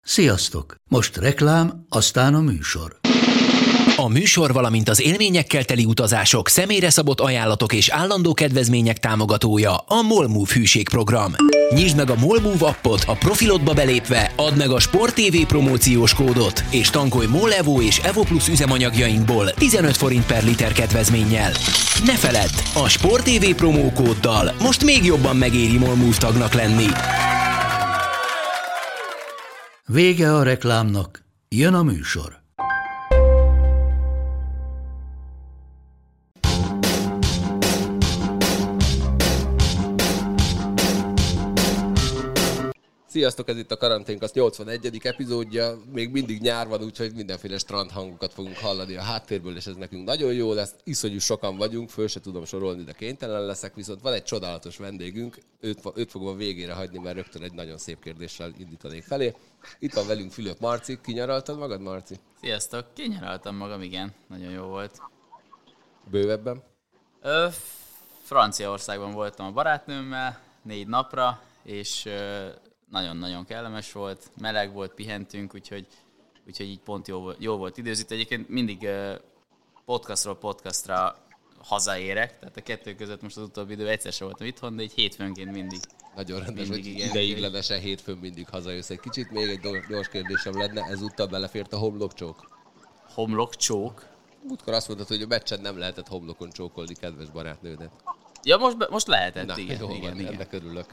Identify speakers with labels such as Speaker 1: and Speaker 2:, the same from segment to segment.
Speaker 1: Sziasztok! Most reklám, aztán a műsor.
Speaker 2: A műsor, valamint az élményekkel teli utazások, személyre szabott ajánlatok és állandó kedvezmények támogatója a MOL Move hűségprogram. Nyisd meg a MOL Move appot, a profilodba belépve add meg a Sport TV promóciós kódot, és tankolj MOL Evo és Evo Plus üzemanyagjainkból 15 forint per liter kedvezménnyel. Ne feledd, a Sport TV promókóddal most még jobban megéri MOL Move tagnak lenni.
Speaker 1: Vége a reklámnak, jön a műsor.
Speaker 3: Sziasztok, ez itt a Karanténkast 81. epizódja, még mindig nyár van, úgyhogy mindenféle strandhangokat fogunk hallani a háttérből, és ez nekünk nagyon jó lesz. Iszonyú sokan vagyunk, föl se tudom sorolni, de kénytelen leszek, viszont van egy csodálatos vendégünk, őt fogom a végére hagyni, mert rögtön egy nagyon szép kérdéssel indítanék felé. Itt van velünk Fülöp Marci. Kinyaraltad magad, Marci?
Speaker 4: Sziasztok, kinyaraltam magam, igen, nagyon jó volt.
Speaker 3: Bővebben?
Speaker 4: Franciaországban voltam a barátnőmmel 4 napra, és nagyon-nagyon kellemes volt, meleg volt, pihentünk, úgyhogy így pont jó volt időzítve. Egyébként mindig podcastról podcastra hazaérek, tehát a kettő között most az utóbbi időben egyszer sem voltam itthon, de egy hétfőnként mindig.
Speaker 3: Nagyon rendes, hogy ideiglenesen hétfőn mindig hazajössz egy kicsit. Még egy gyors kérdésem lenne, ezúttal belefért a homlokcsók?
Speaker 4: Homlokcsók?
Speaker 3: Múltkor azt mondtad, hogy a meccsen nem lehetett homlokon csókolni kedves barátnődet.
Speaker 4: Ja, most lehetett,
Speaker 3: na,
Speaker 4: igen.
Speaker 3: Ennek örülök.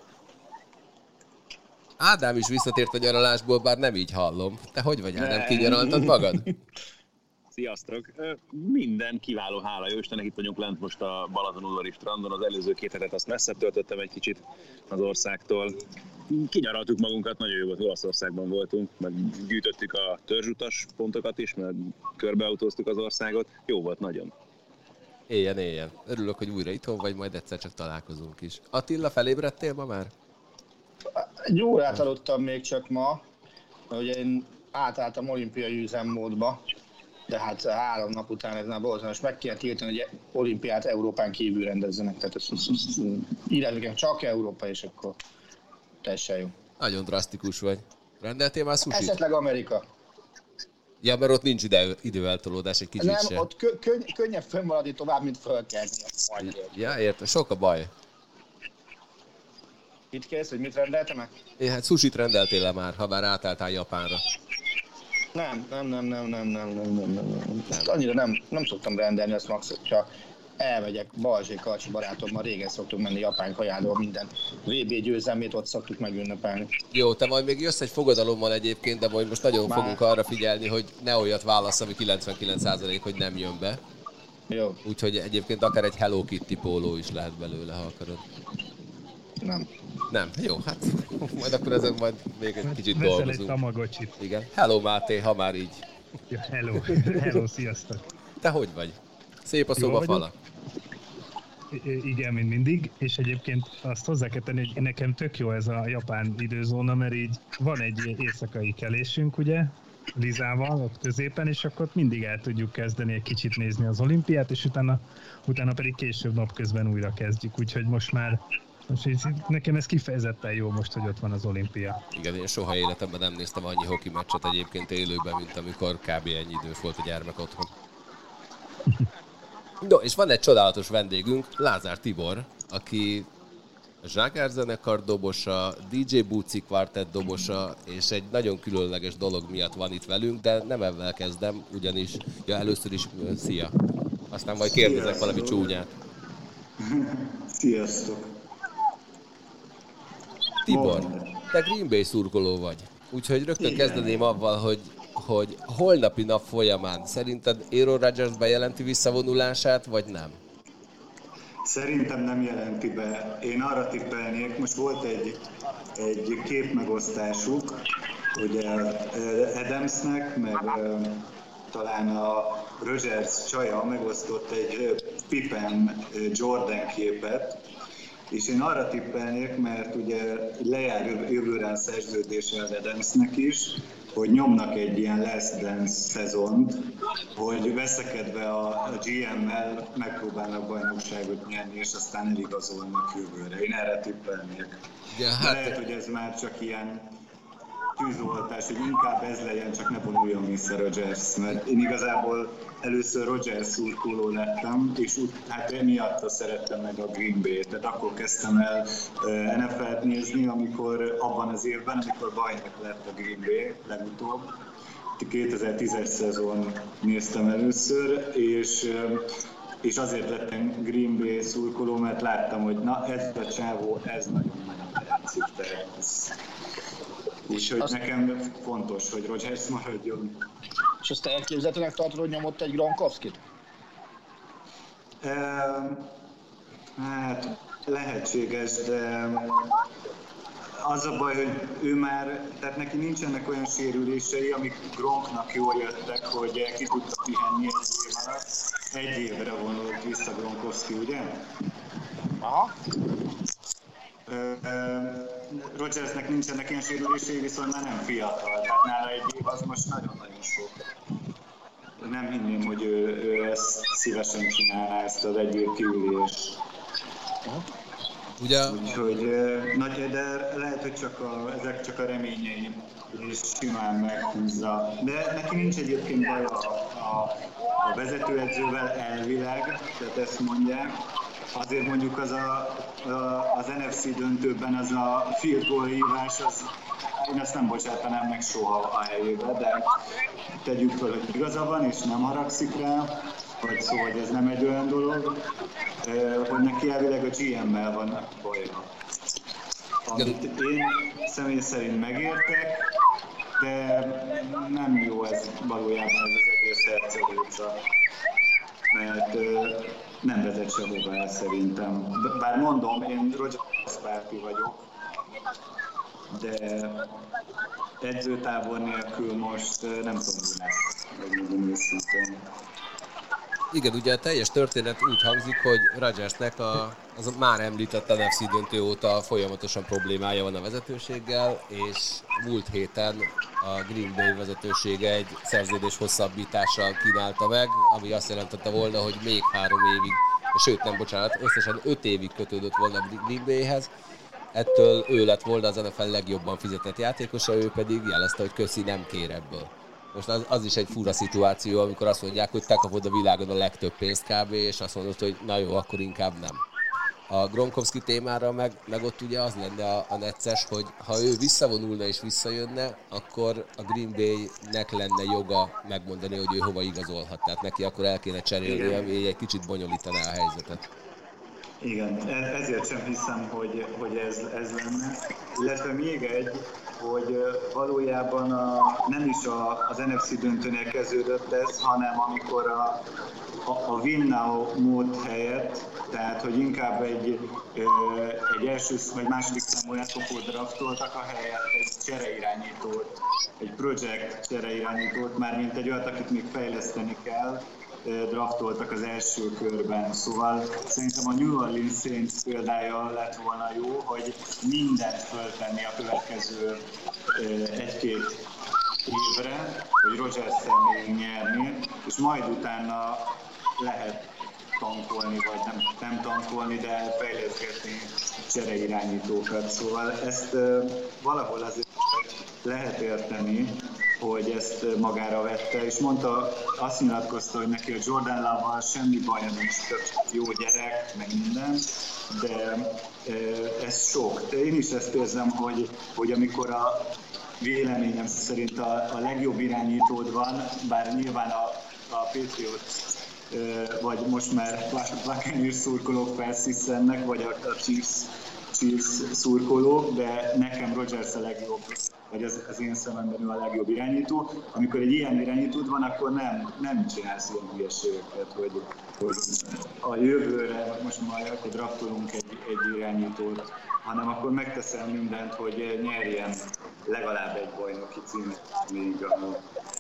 Speaker 3: Ádám is visszatért a nyaralásból, bár nem így hallom. Te hogy vagy, Ádám, kinyaraltad magad?
Speaker 5: Sziasztok! Minden kiváló, hála jó Istennek, itt vagyunk lent most a Balatonudvari strandon. Az előző 2 hetet azt messzebb töltöttem egy kicsit az országtól. Kinyaraltuk magunkat, nagyon jó volt, Olaszországban voltunk, meg gyűjtöttük a törzsutas pontokat is, mert körbeautóztuk az országot. Jó volt nagyon.
Speaker 3: Éljen. Örülök, hogy újra itthon vagy, majd egyszer csak találkozunk is. Attila, felébredtél ma már?
Speaker 6: Egy órát aludtam még csak ma, ugye én átálltam olimpiai üzemmódba, de hát 3 nap után ez már borzalmas, meg kell tiltani, hogy olimpiát Európán kívül rendezzenek, tehát írják csak Európa, és akkor teljesen jó.
Speaker 3: Nagyon drasztikus vagy. Rendeltél már sushit?
Speaker 6: Esetleg Amerika.
Speaker 3: Ja, mert ott nincs időeltolódás egy kicsit
Speaker 6: nem,
Speaker 3: sem.
Speaker 6: ott könnyebb fönnmaradni tovább, mint fölkelni.
Speaker 3: Ja, értem, sok a baj.
Speaker 6: Itt kész, hogy mit rendeltenek?
Speaker 3: Hát sushit rendeltél le már, ha már átálltál Japánra?
Speaker 6: Nem. Annyira nem szoktam rendelni, azt max, hogyha elmegyek Balzsé Karcsi barátommal, régen szoktunk menni japán kajáról, minden VB győzelmét ott szoktuk megünnepelni.
Speaker 3: Jó, te majd még jössz egy fogadalommal egyébként, de majd most nagyon fogunk arra figyelni, hogy ne olyat válassz, ami 99% hogy nem jön be.
Speaker 6: Jó.
Speaker 3: Úgyhogy egyébként akár egy Hello Kitty póló is lehet belőle, ha akarod. Nem? Jó, hát majd akkor ezen majd még egy kicsit dolgozunk.
Speaker 7: Veszel egy Tamagotchit.
Speaker 3: Igen. Hello Máté, ha már így.
Speaker 7: Ja, hello, sziasztok.
Speaker 3: Te hogy vagy? Szép a szobafala.
Speaker 7: Igen, mint mindig, és egyébként azt hozzá kell tenni, hogy nekem tök jó ez a japán időzóna, mert így van egy éjszakai kelésünk, ugye, Lizával ott középen, és akkor mindig el tudjuk kezdeni egy kicsit nézni az olimpiát, és utána pedig később napközben újra kezdjük, úgyhogy most nekem ez kifejezetten jó most, hogy ott van az olimpia.
Speaker 3: Igen, én soha életemben nem néztem annyi hoki meccset egyébként élőben, mint amikor kb. Ennyi idős volt a gyermek otthon. No, és van egy csodálatos vendégünk, Lázár Tibor, aki Zsákár zenekar dobosa, DJ Buci Quartet dobosa, és egy nagyon különleges dolog miatt van itt velünk, de nem ezzel kezdem, ugyanis, először is szia. Aztán majd kérdezek valami csúnyát.
Speaker 8: Sziasztok!
Speaker 3: Tibor, te Green Bay szurkoló vagy, úgyhogy rögtön kezdeném avval, hogy holnapi nap folyamán szerinted Aaron Rodgers bejelenti visszavonulását, vagy nem?
Speaker 8: Szerintem nem jelenti be. Én arra tippelnék, most volt egy képmegosztásuk, ugye Adamsnek, meg talán a Rodgers csaja megosztott egy Pippen Jordan képet, és én arra tippelnék, mert ugye lejár jövőre a szerződése az Adamsnek is, hogy nyomnak egy ilyen Last Dance szezont, hogy veszekedve a GM-mel megpróbálnak bajnokságot nyerni, és aztán eligazolnak jövőre. Én erre tippelnék.
Speaker 3: Ja, hát...
Speaker 8: lehet, hogy ez már csak ilyen tűzoltás, hogy inkább ez legyen, csak ne vonuljon vissza Rodgers, mert én igazából először Rodgers szurkoló lettem, és hát emiatt szerettem meg a Green Bay-t, tehát akkor kezdtem el NFL-t nézni, amikor abban az évben, amikor bajnok lett a Green Bay legutóbb. 2010-es szezon néztem először, és azért lettem Green Bay szurkoló, mert láttam, hogy na ez a csávó, ez nagyon-nagyon játszik. Úgyhogy nekem fontos, hogy Rodgers maradjon.
Speaker 6: És azt elképzelhetőnek tartod, hogy nyomott egy Gronkowskit?
Speaker 8: Hát lehetséges, de az a baj, hogy ő már, tehát neki nincsenek olyan sérülései, amik Gronknak jól jöttek, hogy ki tudta pihenni egy év alatt. Egy évre vonult vissza Gronkowski, ugye?
Speaker 6: Aha.
Speaker 8: Rodgersnek nincsenek ilyen sérülései, viszont már nem fiatal, tehát nála egy év az most nagyon-nagyon sok. Nem hinném, hogy ő ezt szívesen csinálná, ezt az egy év kiülést.
Speaker 3: Ugye?
Speaker 8: Úgyhogy de lehet, hogy ezek csak a reményeim, és simán meghúzza. De neki nincs egyébként baj a vezetőedzővel elvileg, tehát ezt mondják. Azért mondjuk az NFC döntőben az a field goal hívás, én ezt nem bocsátanám meg soha a helyébe, de tegyük fel, hogy igaza van, és nem haragszik rá, vagy szó, hogy ez nem egy olyan dolog, hogy neki elvileg a GM-mel van baja. Amit én személy szerint megértek, de nem jó ez valójában ez az egész hercegőca, mert nem vezet sehová szerintem. Bár mondom, én Rodgers párti vagyok, de edzőtábor nélkül most nem tudom, mi lesz, megmondom őszintén.
Speaker 3: Igen, ugye a teljes történet úgy hangzik, hogy Rodgersnek az már említett NFC döntő óta folyamatosan problémája van a vezetőséggel, és múlt héten a Green Bay vezetősége egy szerződés hosszabbítással kínálta meg, ami azt jelentette volna, hogy még 3 évig, sőt nem, bocsánat, összesen 5 évig kötődött volna a Green Bayhez. Ettől ő lett volna az NFL legjobban fizetett játékosa, ő pedig jelezte, hogy köszi, nem kér ebből. Most az is egy fura szituáció, amikor azt mondják, hogy te kapod a világon a legtöbb pénzt kb. És azt mondod, hogy na jó, akkor inkább nem. A Gronkowski témára meg ott ugye az lenne a necces, hogy ha ő visszavonulna és visszajönne, akkor a Green Bay-nek lenne joga megmondani, hogy ő hova igazolhat. Tehát neki akkor el kéne cserélni, ami egy kicsit bonyolítaná a helyzetet.
Speaker 8: Igen, ezért sem hiszem, hogy ez lenne. Illetve még egy, hogy valójában nem is az NFC döntőnél kezdődött ez, hanem amikor a win now mód helyett, tehát hogy inkább egy első vagy második számú elkapót draftoltak a helyett egy csereirányítót, egy projekt csereirányítót, mármint egy olyat, akit még fejleszteni kell, draftoltak az első körben. Szóval szerintem a New Orleans Saints példája lett volna jó, hogy mindent föltenni a következő 1-2 évre, hogy Rodgers-szel még nyerni, és majd utána lehet tankolni, vagy nem tankolni, de fejleszgetni csereirányítókat. Szóval ezt valahol azért lehet érteni, hogy ezt magára vette, és azt nyilatkozta, hogy neki a Jordan Love-val semmi baja nincs, tök jó gyerek, meg minden, de ez sok. De én is ezt érzem, hogy amikor a véleményem szerint a legjobb irányítód van, bár nyilván a Patriots vagy most már Buccaneers szurkolók felszisszennek, vagy a Chiefs szurkolók, de nekem Rodgers a legjobb, vagy az én szememben ő a legjobb irányító. Amikor egy ilyen irányítód van, akkor nem csinálsz ilyen hülyeségeket, hogy a jövőre most majd akkor draftolunk egy irányítót, hanem akkor megteszel mindent, hogy nyerjen legalább egy bajnoki címet még a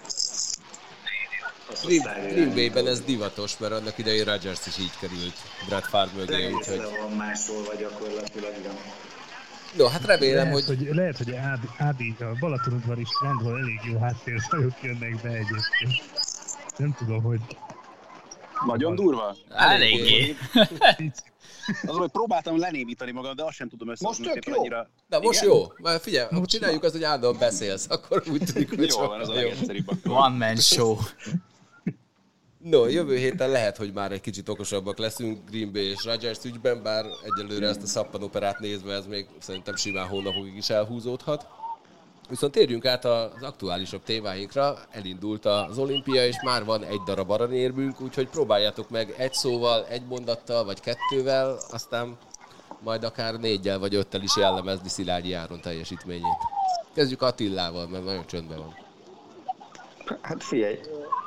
Speaker 3: Green Bay-ben ez divatos, mert annak idején Rodgers is így került Brett Favre mögé, úgyhogy...
Speaker 8: van máshol, vagy gyakorlatilag, igen.
Speaker 3: No, hát remélem,
Speaker 7: Lehet, hogy Ádi, a Balatonudvar is rendben elég jó háttérzajok jönnek be egyébként. Nem tudom, hogy
Speaker 5: Nagyon durva?
Speaker 4: Eléggé.
Speaker 5: Az, hogy próbáltam lenémítani magam, de azt sem tudom összehozni.
Speaker 6: Most tök jó.
Speaker 3: Na most jó. Figyelj, ha csináljuk azt, hogy állandóan beszélsz, akkor úgy tűnik, hogy
Speaker 5: Jó van, ez a legegyszerűbb.
Speaker 4: One man show.
Speaker 3: No, jövő héten lehet, hogy már egy kicsit okosabbak leszünk Green Bay és Rodgers ügyben, bár egyelőre ezt a szappanoperát nézve ez még szerintem simán hónapokig is elhúzódhat. Viszont térjünk át az aktuálisabb témáinkra, elindult az olimpia, és már van egy darab aranyérmünk, úgyhogy próbáljátok meg egy szóval, egy mondattal, vagy kettővel, aztán majd akár 4-jel vagy 5-tel is jellemezni Szilágyi Áron teljesítményét. Kezdjük Attillával, mert nagyon csöndben van.
Speaker 6: Hát figyelj,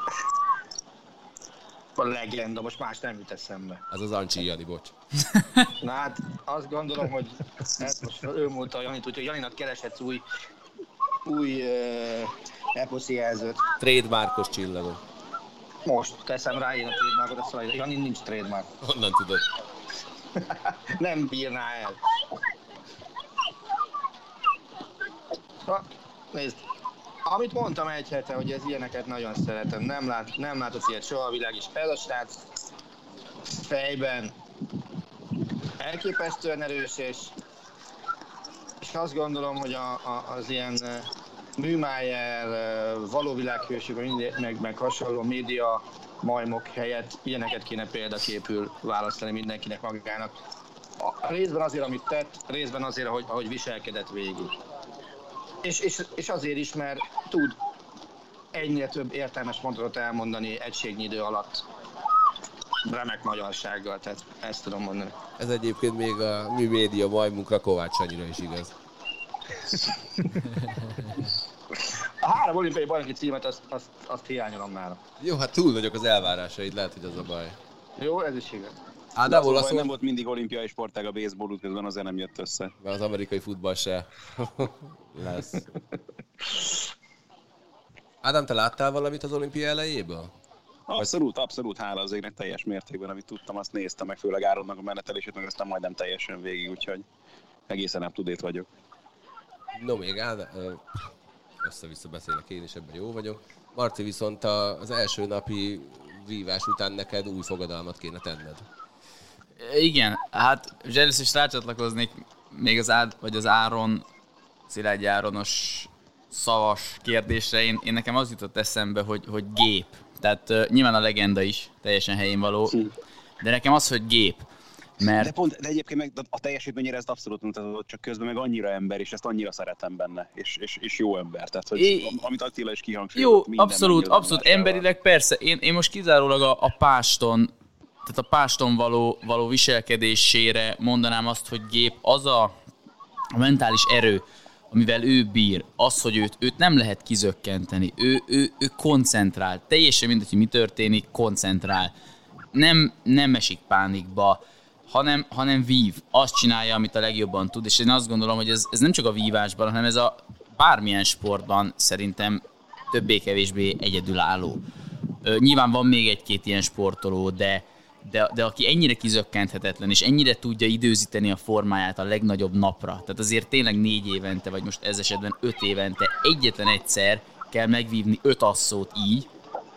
Speaker 6: a legenda, most más nem jut eszembe.
Speaker 3: Az az Ancsi Jani, bocs.
Speaker 6: Na hát azt gondolom, hogy ezt most ő múlta a Janit, úgyhogy Janinak kereshetsz új eposzi jelzőt.
Speaker 3: Trademarkos csillagot.
Speaker 6: Most teszem rá én a trademarkot, azt mondja, Jani nincs trademark.
Speaker 3: Honnan tudod?
Speaker 6: Nem bírná el. Na, nézd, amit mondtam egy hete, hogy ez ilyeneket nagyon szeretem. Nem látott ilyet soha a világ, és ez a srác fejben elképesztően erős, és azt gondolom, hogy az ilyen Műmájer, való világhősök, meg hasonló média majmok helyett ilyeneket kéne példaképül választani mindenkinek magának. Részben azért, amit tett, részben azért, ahogy viselkedett végig. És azért is, mert tud egynél több értelmes mondatot elmondani egységnyi idő alatt. Remek magyarsággal, tehát ezt tudom mondani.
Speaker 3: Ez egyébként még a mi média majmunkra, Kovács Sanyira is igaz.
Speaker 6: A 3 olimpiai bajnoki címet azt hiányolom nála.
Speaker 3: Jó, hát túl nagyok az elvárásaid, lehet, hogy az a baj.
Speaker 6: Jó, ez is igaz.
Speaker 3: Ádám,
Speaker 5: Olaszország nem volt mindig olimpiai sportág a baseball, útközben azért nem jött össze.
Speaker 3: Mert az amerikai futball se lesz. Ádám, te láttál valamit az olimpia elejéből?
Speaker 5: Abszolút, hála az égnek teljes mértékben, amit tudtam, azt néztem, meg főleg Áronnak a menetelését, meg aztán majdnem teljesen végig, úgyhogy egészen up-to-date vagyok.
Speaker 3: No, még össze-vissza beszélek én is, ebben jó vagyok. Marci, viszont az első napi vívás után neked új fogadalmat kéne tenned.
Speaker 4: Igen, hát először is rácsatlakoznék még az Áron, Szilágyi Áronos szavas kérdésre. Én nekem az jutott eszembe, hogy gép. Tehát nyilván a legenda is teljesen helyén való, de nekem az, hogy gép. Mert...
Speaker 5: De egyébként meg a teljesítményére ezt abszolút mutatott, csak közben meg annyira ember, és ezt annyira szeretem benne, és jó ember. Tehát, hogy amit Attila is kihangsúlyozott.
Speaker 4: Jó, abszolút emberileg persze. Én most kizárólag a páston, tehát a páston való viselkedésére mondanám azt, hogy gép az a mentális erő, amivel ő bír, az, hogy őt nem lehet kizökkenteni, ő koncentrál, teljesen mindegy, hogy mi történik, koncentrál, nem esik pánikba, hanem vív, azt csinálja, amit a legjobban tud, és én azt gondolom, hogy ez nem csak a vívásban, hanem ez a bármilyen sportban szerintem többé-kevésbé egyedülálló. Nyilván van még egy-két ilyen sportoló, de aki ennyire kizökkenthetetlen, és ennyire tudja időzíteni a formáját a legnagyobb napra, tehát azért tényleg 4 évente, vagy most ez esetben 5 évente egyetlen egyszer kell megvívni 5 asszót így,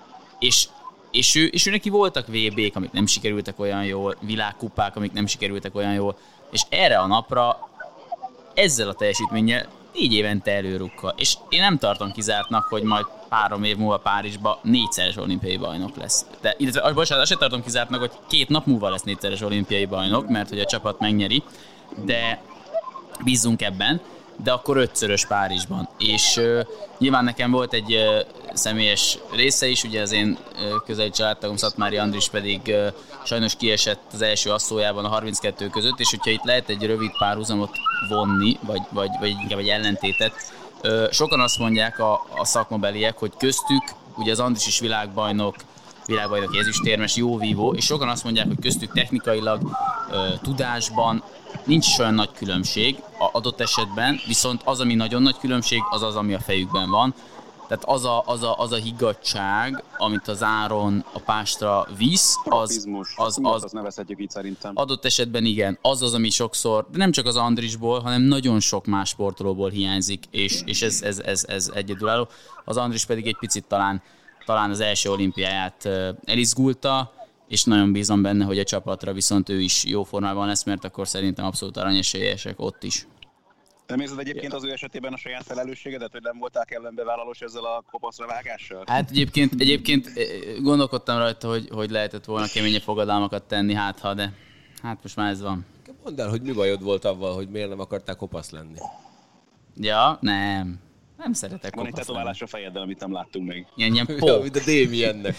Speaker 4: és ő neki voltak VB-k, amik nem sikerültek olyan jól, világkupák, amik nem sikerültek olyan jól, és erre a napra ezzel a teljesítménnyel 4 évente előrukkal. És én nem tartom kizártnak, hogy majd 3 év múlva Párizsba 4-szeres olimpiai bajnok lesz. Illetve, bocsánat, azt sem tartom kizártnak, hogy 2 nap múlva lesz 4-szeres olimpiai bajnok, mert hogy a csapat megnyeri, de bízzunk ebben, de akkor 5-szörös Párizsban. És nyilván nekem volt egy személyes része is, ugye az én közeli családtagom Szatmári Andris pedig sajnos kiesett az első asszójában a 32 között, és hogyha itt lehet egy rövid párhuzamot vonni, vagy inkább egy ellentétet, sokan azt mondják a szakmabeliek, hogy köztük, ugye az Andris is világbajnok ezüstérmes, jó vívó, és sokan azt mondják, hogy köztük technikailag, tudásban nincs is olyan nagy különbség adott esetben, viszont az, ami nagyon nagy különbség, az, ami a fejükben van. Tehát az a higgadtság, amit az Áron a pástra visz,
Speaker 5: az nevezhetjük így szerintem.
Speaker 4: Adott esetben igen, az, ami sokszor, de nem csak az Andrisból, hanem nagyon sok más sportolóból hiányzik, és ez egyedülálló. Az Andris pedig egy picit talán az első olimpiáját elizgulta, és nagyon bízom benne, hogy a csapatra viszont ő is jó formában lesz, mert akkor szerintem abszolút aranyesélyesek ott is.
Speaker 5: Nem érzed egyébként az ő esetében a saját felelősségedet, hogy nem voltál kellően bevállalós ezzel a kopaszra vágással?
Speaker 4: Hát egyébként gondolkodtam rajta, hogy lehetett volna keményebb fogadalmakat tenni, de hát most már ez van.
Speaker 3: Mondd el, hogy mi bajod volt avval, hogy miért nem akartál kopasz lenni?
Speaker 4: Ja, nem szeretek
Speaker 5: Van egy
Speaker 4: kopasz
Speaker 5: tetoválás a fejeddel, amit nem láttunk még.
Speaker 4: Ilyen
Speaker 3: Ja, mint a Damiennek.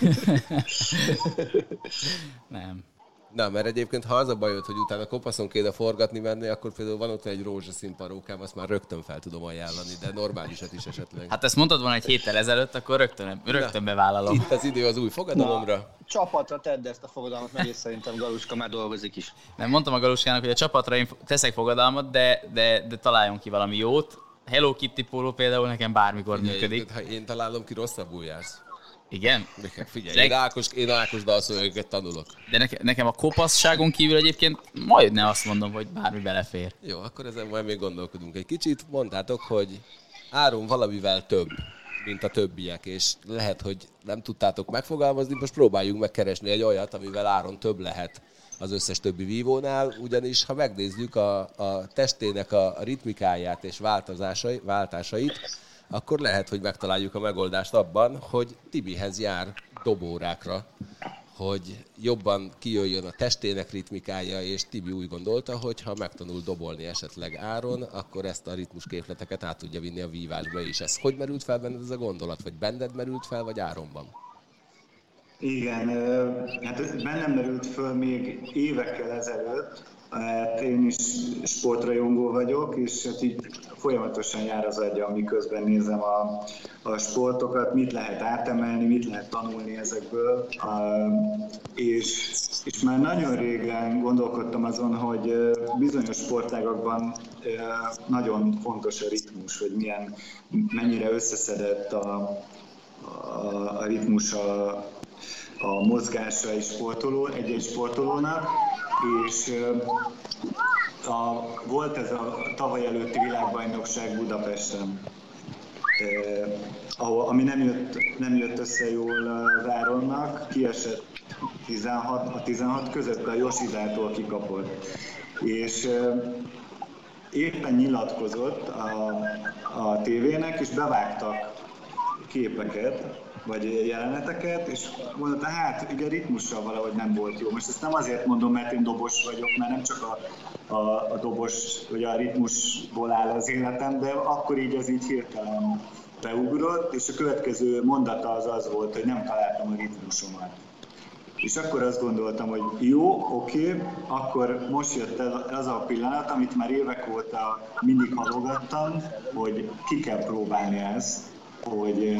Speaker 4: Nem.
Speaker 3: Na, mert egyébként ha az a bajod, hogy utána kopaszon kéne forgatni menni, akkor például van ott egy rózsaszín parókám, azt már rögtön fel tudom ajánlani, de normálisat is esetleg.
Speaker 4: Hát ezt mondtad volna egy héttel ezelőtt, akkor rögtön bevállalom.
Speaker 3: Itt az idő az új fogadalomra.
Speaker 6: Csapatra tedd ezt a fogadalmat, meg és szerintem Galuska már dolgozik is.
Speaker 4: Nem, mondtam a Galuskának, hogy a csapatra én teszek fogadalmat, de találjon ki valami jót. Hello Kitty póló például nekem bármikor működik.
Speaker 3: Ha én találom ki, rosszabbul jársz.
Speaker 4: Igen?
Speaker 3: Figyelj, én Ákos dalszövegeket tanulok.
Speaker 4: De nekem a kopaszságon kívül egyébként majdnem azt mondom, hogy bármi belefér.
Speaker 3: Jó, akkor ezen majd még gondolkodunk egy kicsit. Mondtátok, hogy áron valamivel több, mint a többiek, és lehet, hogy nem tudtátok megfogalmazni, most próbáljunk megkeresni egy olyat, amivel áron több lehet az összes többi vívónál, ugyanis ha megnézzük a testének a ritmikáját és váltásait, akkor lehet, hogy megtaláljuk a megoldást abban, hogy Tibihez jár dobórákra, hogy jobban kijöjjön a testének ritmikája, és Tibi úgy gondolta, hogy ha megtanul dobolni esetleg áron, akkor ezt a ritmusképleteket át tudja vinni a vívásba is. Ez hogy merült fel benned ez a gondolat? Vagy benned merült fel, vagy áronban?
Speaker 8: Igen, hát bennem merült föl még évekkel ezelőtt, hát én is sportrajongó vagyok, és hát így folyamatosan jár az agyam, miközben nézem a sportokat, mit lehet átemelni, mit lehet tanulni ezekből, és már nagyon régen gondolkodtam azon, hogy bizonyos sportágakban nagyon fontos a ritmus, hogy mennyire összeszedett a ritmus a mozgása egy egy-egy sportolónak, és volt ez a tavaly előtti világbajnokság Budapesten, ami nem jött össze jól az Áronnak, kiesett a 16 között, a Yoshidától kikapott. És éppen nyilatkozott a tévének, és bevágtak képeket, vagy jeleneteket, és mondta, hát igen, ritmussal valahogy nem volt jó. Most ezt nem azért mondom, mert én dobos vagyok, mert nem csak a dobos, vagy a ritmusból áll az életem, de akkor így ez így hirtelen beugrott, és a következő mondata az volt, hogy nem találtam a ritmusomat. És akkor azt gondoltam, hogy jó, oké, akkor most jött az a pillanat, amit már évek óta mindig halogattam, hogy ki kell próbálni ezt, hogy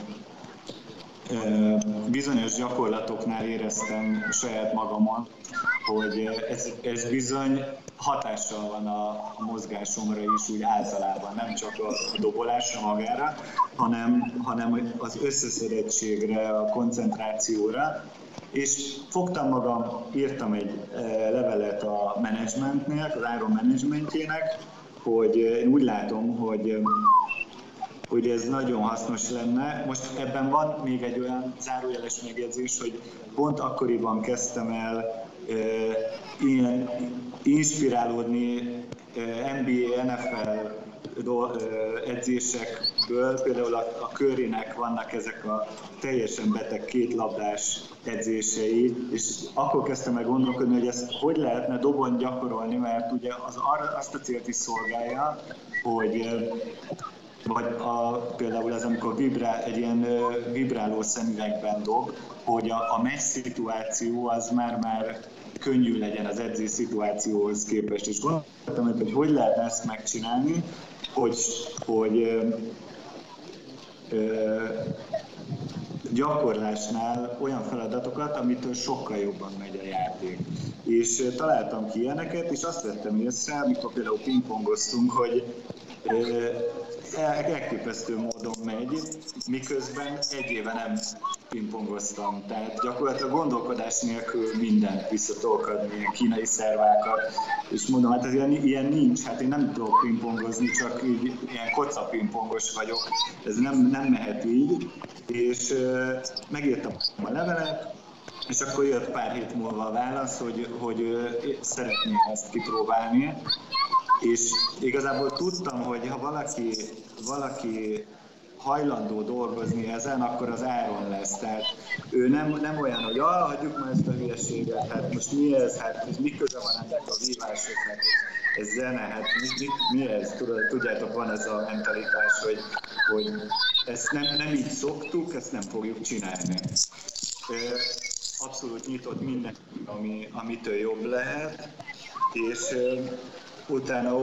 Speaker 8: bizonyos gyakorlatoknál éreztem saját magamon, hogy ez bizony hatással van a mozgásomra is úgy általában, nem csak a dobolásra magára, hanem az összeszedettségre, a koncentrációra. És fogtam magam, írtam egy levelet a menedzsmentnél, az Áron menedzsmentjének, hogy én úgy látom, hogy ez nagyon hasznos lenne. Most ebben van még egy olyan zárójeles megjegyzés, hogy pont akkoriban kezdtem el ilyen inspirálódni NBA, NFL edzésekből, például a Currynek vannak ezek a teljesen beteg kétlabdás edzései, és akkor kezdtem el gondolkodni, hogy ezt hogy lehetne dobon gyakorolni, mert ugye azt a célt is szolgálja, hogy vagy például az, amikor egy ilyen vibráló szemüvegben dob, hogy a meccs szituáció az már könnyű legyen az edzés szituációhoz képest. És gondoltam, hogy lehetne ezt megcsinálni, hogy gyakorlásnál olyan feladatokat, amitől sokkal jobban megy a játék. És találtam ki ilyeneket, és azt vettem észre, amikor például pingpongoztunk, hogy elképesztő módon megy, miközben egy éve nem pingpongoztam. Tehát gyakorlatilag gondolkodás nélkül mindent vissza tudok adni, ilyen kínai szervákat. És mondom, hát ez ilyen nincs, hát én nem tudok pingpongozni, csak így ilyen kocapingpongos vagyok. Ez nem mehet így. És megírtam a levelet, És akkor jött pár hét múlva a válasz, hogy szeretné ezt kipróbálni. És igazából tudtam, hogy ha valaki hajlandó dolgozni ezen, akkor az Áron lesz. Tehát ő nem olyan, hogy hagyjuk már ezt a hülyeséget, hát most mi ez, hát mi köze van ennek a vívásoknak, ez zene, hát mi ez? Tudjátok, van ez a mentalitás, hogy ezt nem így szoktuk, ezt nem fogjuk csinálni. Abszolút nyitott minden, amitől jobb lehet, és utána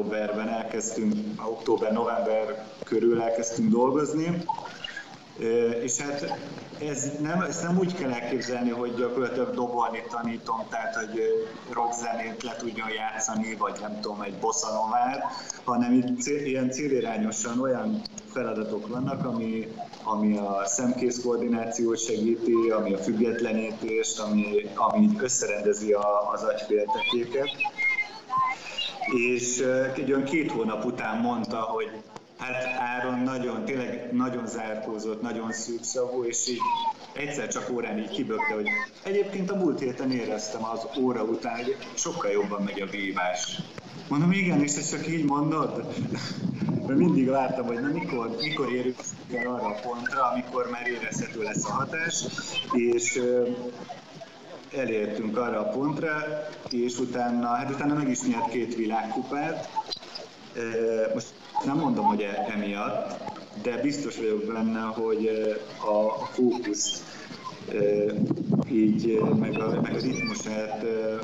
Speaker 8: október-november körül elkezdtünk dolgozni, és hát ezt nem úgy kell elképzelni, hogy gyakorlatilag dobolni tanítom, tehát hogy rockzenét le tudjon játszani, vagy nem tudom, egy bossa novát, hanem itt ilyen célirányosan olyan feladatok vannak, ami a szemkész koordinációt segíti, ami a függetlenítést, ami összerendezi az agyféltekéket. És egy olyan 2 hónap után mondta, hogy hát Áron tényleg nagyon zárkózott, nagyon szűkszavú, és így egyszer csak órán így kibökte, hogy egyébként a múlt héten éreztem az óra után, hogy sokkal jobban megy a vívás. Mondom, igen, és ezt csak így mondod? Mert mindig vártam, hogy mikor érünk el arra a pontra, amikor már érezhető lesz a hatás, és elértünk arra a pontra, és utána meg is nyert 2 világkupát. Most nem mondom, hogy emiatt, de biztos vagyok benne, hogy a fókuszt így, meg a ritmusát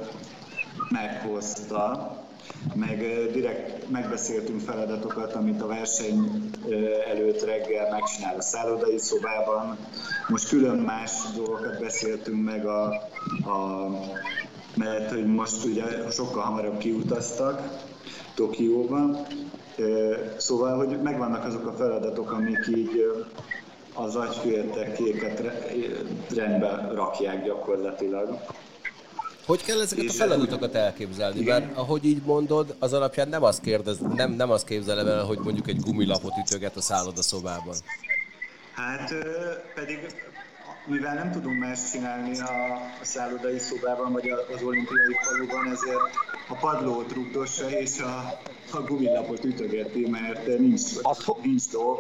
Speaker 8: meghozta, meg direkt megbeszéltünk feladatokat, amit a verseny előtt reggel megcsinál a szállodai szobában. Most külön más dolgokat beszéltünk meg, mert hogy most ugye sokkal hamarabb kiutaztak Tokióba. Szóval, hogy megvannak azok a feladatok, amik így az agyféltekéket rendbe rakják gyakorlatilag.
Speaker 3: Hogy kell ezeket a feladatokat elképzelni? Igen. Mert ahogy így mondod, az alapján nem azt képzelem el, hogy mondjuk egy gumilapot ütöget a szállodaszobában.
Speaker 8: Hát pedig, mivel nem tudunk más csinálni a szállodai szobában, vagy az olimpiai faluban, ezért a padlót rugdossa és a gumilapot ütögeti, mert nincs dolg.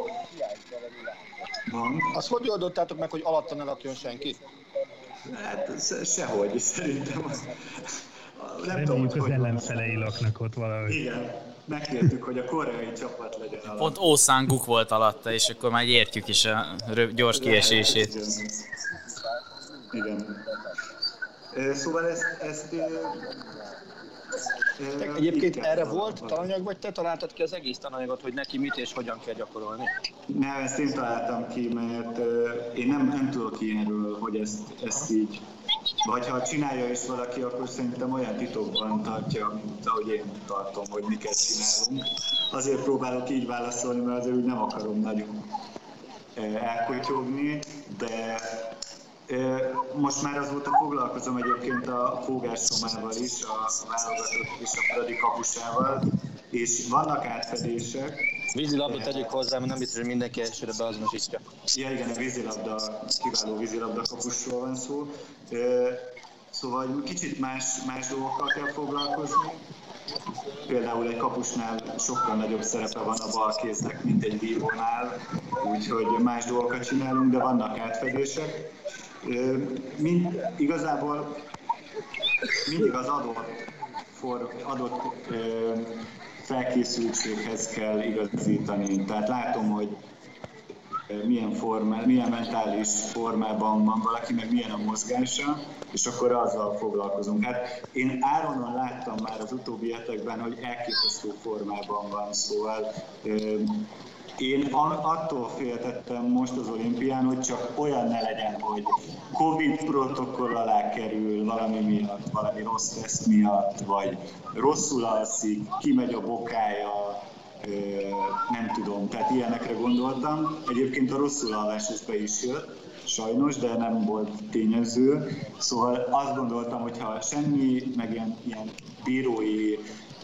Speaker 6: Azt hogy oldottátok meg, hogy alatta ne lakjon senki?
Speaker 8: Hát sehogy, szerintem.
Speaker 7: Nem tudom, hogy az ellenfelei laknak ott valahogy.
Speaker 8: Igen, megkértük, hogy a koreai csapat legyen alatt.
Speaker 4: Pont Ószánguk volt alatta, és akkor már értjük is a gyors kiesését.
Speaker 8: Igen. Szóval ezt
Speaker 6: egyébként erre volt tananyag, vagy te találtad ki az egész tananyagot, hogy neki mit és hogyan kell gyakorolni?
Speaker 8: Nem, ezt én találtam ki, mert én nem tudok ilyenről, hogy ezt így, vagy ha csinálja is valaki, akkor szerintem olyan titokban tartja, mint ahogy én tartom, hogy miket csinálunk. Azért próbálok így válaszolni, mert azért úgy nem akarom nagyon elkotyogni, de most már azóta foglalkozom egyébként a fogásomával is, a válogatott és a Fradi kapusával, és vannak átfedések.
Speaker 6: Vízilabda tegyük hozzá, mert nem biztos, hogy mindenki elsőre beazonosítja.
Speaker 8: Ja, igen, a kiváló vízilabda kapusról van szó. Szóval kicsit más dolgokkal kell foglalkozni. Például egy kapusnál sokkal nagyobb szerepe van a bal kéznek, mint egy vívónál, úgyhogy más dolgokat csinálunk, de vannak átfedések. Igazából mindig az adott felkészültséghez kell igazítani. Tehát látom, hogy milyen mentális formában van valaki, meg milyen a mozgása, és akkor azzal foglalkozunk. Hát én Áronon láttam már az utóbbi hetekben, hogy elképesztő formában van, szóval én attól féltettem most az olimpián, hogy csak olyan ne legyen, hogy Covid protokoll alá kerül valami miatt, valami rossz teszt miatt, vagy rosszul alszik, kimegy a bokája, nem tudom, tehát ilyenekre gondoltam. Egyébként a rosszul alvás is be is jött, sajnos, de nem volt tényező. Szóval azt gondoltam, hogy ha semmi, meg ilyen bírói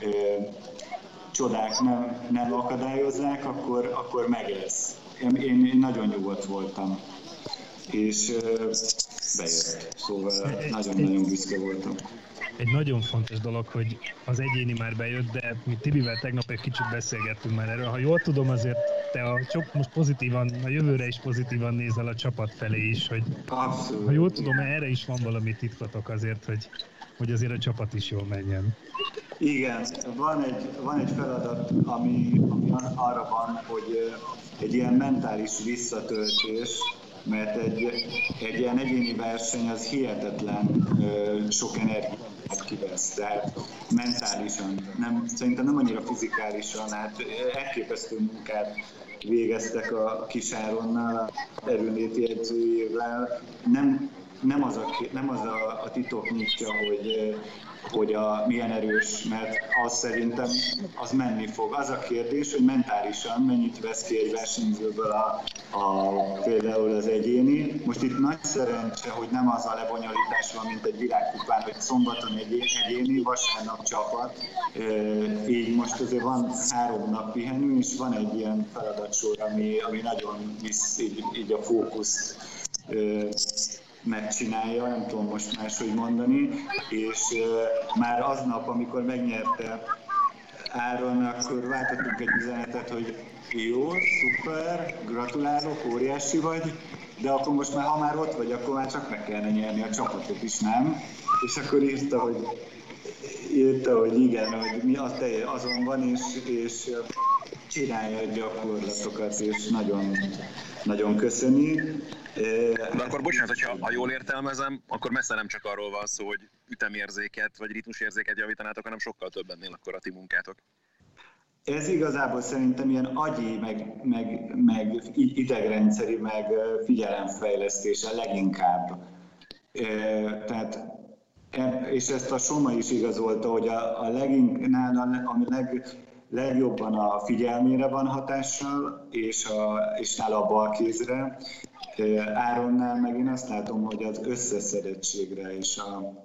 Speaker 8: csodák nem akadályozzák, akkor meg lesz. Én nagyon nyugodt voltam. és bejött. Szóval nagyon-nagyon büszke voltam.
Speaker 7: Egy nagyon fontos dolog, hogy az egyéni már bejött, de mi Tibivel tegnap egy kicsit beszélgettünk már erről. Ha jól tudom, azért te most pozitívan, a jövőre is pozitívan nézel a csapat felé is, hogy
Speaker 8: Abszolút.
Speaker 7: Ha jól tudom, erre is van valami titkotok azért, hogy azért a csapat is jól menjen.
Speaker 8: Igen, van egy feladat, ami arra van, hogy egy ilyen mentális visszatöltés, mert egy ilyen egyéni verseny az hihetetlen sok energiát kivesz, tehát mentálisan, szerintem nem annyira fizikálisan, hát elképesztő munkát végeztek a kis Áronnal, a erőnléti edzőjével. Nem az a titok nyitja, hogy milyen erős, mert az szerintem az menni fog. Az a kérdés, hogy mentálisan mennyit vesz ki egy versenyzőből például az egyéni. Most itt nagy szerencse, hogy nem az a lebonyolítás van, mint egy világkupán, hogy szombaton egyéni, vasárnap csapat. Így most azért van 3 nap pihenő, és van egy ilyen feladatsor, ami nagyon visz így a fókuszt megcsinálja, nem tudom most máshogy mondani, és már aznap, amikor megnyerte Áron, akkor váltottunk egy üzenetet, hogy jó, szuper, gratulálok, óriási vagy, de akkor most már, ha már ott vagy, akkor már csak meg kellene nyerni a csapatot is, nem? És akkor írta, hogy igen, hogy mi azon van, és csinálja a gyakorlatokat, és nagyon, nagyon köszöni.
Speaker 5: De akkor bocsánat, ha jól értelmezem, akkor messze nem csak arról van szó, hogy ütemérzéket vagy ritmusérzéket javítanátok, hanem sokkal több ennél akkor a ti munkátok.
Speaker 8: Ez igazából szerintem ilyen agyi, meg idegrendszeri, meg figyelemfejlesztése leginkább. Tehát, és ezt a Soma is igazolta, hogy ami legjobban a figyelmére van hatással, és nála a bal kézre. Áronnál meg én azt látom, hogy az összeszedettségre és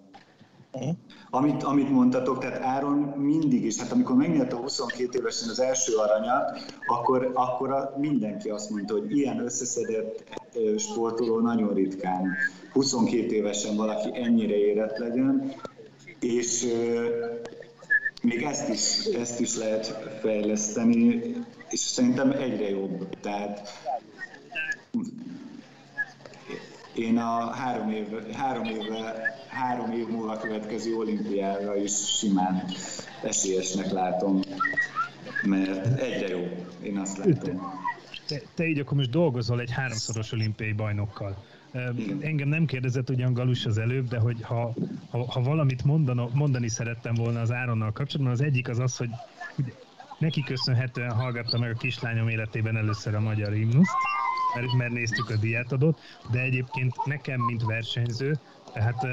Speaker 8: amit mondtatok, tehát Áron mindig is, hát amikor megnyerte a 22 évesen az első aranyat, akkor mindenki azt mondta, hogy ilyen összeszedett sportoló nagyon ritkán, 22 évesen valaki ennyire érett legyen, és még ezt is lehet fejleszteni, és szerintem egyre jobb. Tehát én a 3 év múlva következő olimpiára is simán esélyesnek látom, mert egyre jobb, én azt látom.
Speaker 7: Te így akkor most dolgozol egy 3-szoros olimpiai bajnokkal. Engem nem kérdezett ugyan Galus az előbb, de hogy ha valamit mondani szerettem volna az Áronnal kapcsolatban, az egyik az, hogy neki köszönhetően hallgatta meg a kislányom életében először a magyar himnuszt, mert néztük a Diátadót, de egyébként nekem, mint versenyző, tehát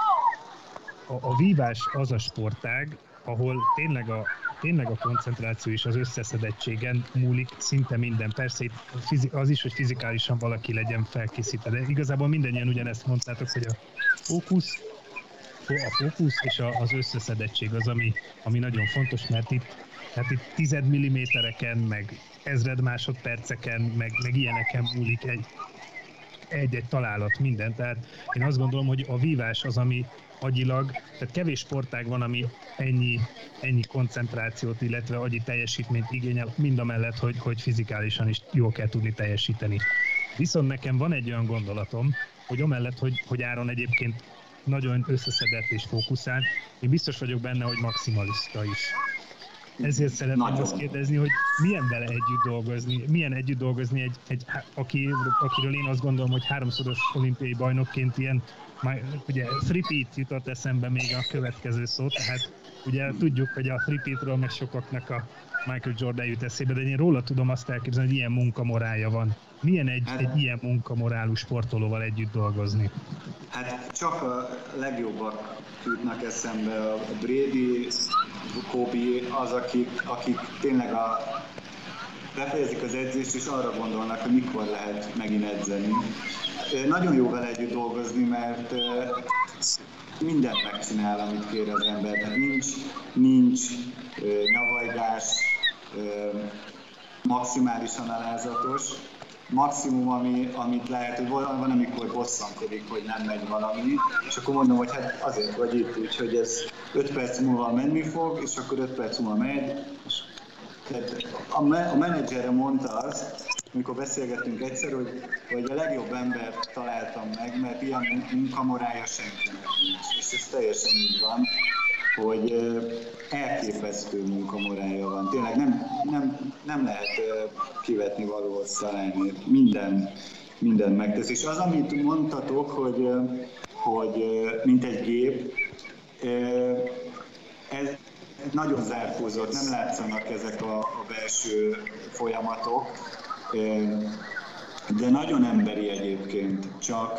Speaker 7: a vívás az a sportág, ahol tényleg a koncentráció és az összeszedettségen múlik szinte minden. Persze az is, hogy fizikálisan valaki legyen felkészítve, de igazából mindannyian ugyanezt mondtátok, hogy a fókusz és az összeszedettség az, ami nagyon fontos, mert itt 10 millimétereken, meg 1000 másodperceken, meg ilyeneken múlik egy találat, minden. Tehát én azt gondolom, hogy a vívás az, ami agyilag, tehát kevés sportág van, ami ennyi koncentrációt, illetve agyi teljesítményt igényel, mindamellett, hogy fizikálisan is jól kell tudni teljesíteni. Viszont nekem van egy olyan gondolatom, hogy amellett, hogy Áron egyébként nagyon összeszedett és fókuszált, én biztos vagyok benne, hogy maximalista is. Ezért szeretném azt kérdezni, hogy milyen vele együtt dolgozni, akiről én azt gondolom, hogy 3-szoros olimpiai bajnokként ilyen, ugye three-peat jutott eszembe még a következő szó, tehát ugye tudjuk, hogy a three-peatről meg sokaknak a Michael Jordan jut eszébe, de én róla tudom azt elképzelni, hogy ilyen munkamorálja van. Milyen egy ilyen munkamorálú sportolóval együtt dolgozni?
Speaker 8: Hát csak a legjobbak jutnak eszembe, a Brady, Kobe, az, akik tényleg befejezik az edzést, és arra gondolnak, hogy mikor lehet megint edzeni. Nagyon jó vele együtt dolgozni, mert mindent megcsinál, amit kér az ember. Nincs nyavajgás, maximálisan alázatos, maximum, amit lehet, hogy van, amikor bosszankodik, hogy nem megy valami, és akkor mondom, hogy hát azért vagy itt, úgyhogy ez 5 perc múlva menni fog, és akkor 5 perc múlva megy. Tehát a menedzserre mondta azt, amikor beszélgettünk egyszer, hogy a legjobb embert találtam meg, mert ilyen munkamorája senkinek nincs. És ez teljesen így van, hogy elképesztő munkamorája van. Tényleg nem lehet kivetni való szalány, minden megtesz. És az, amit mondtatok, hogy mint egy gép, ez nagyon zárkózott, nem látszanak ezek a belső folyamatok, de nagyon emberi egyébként, csak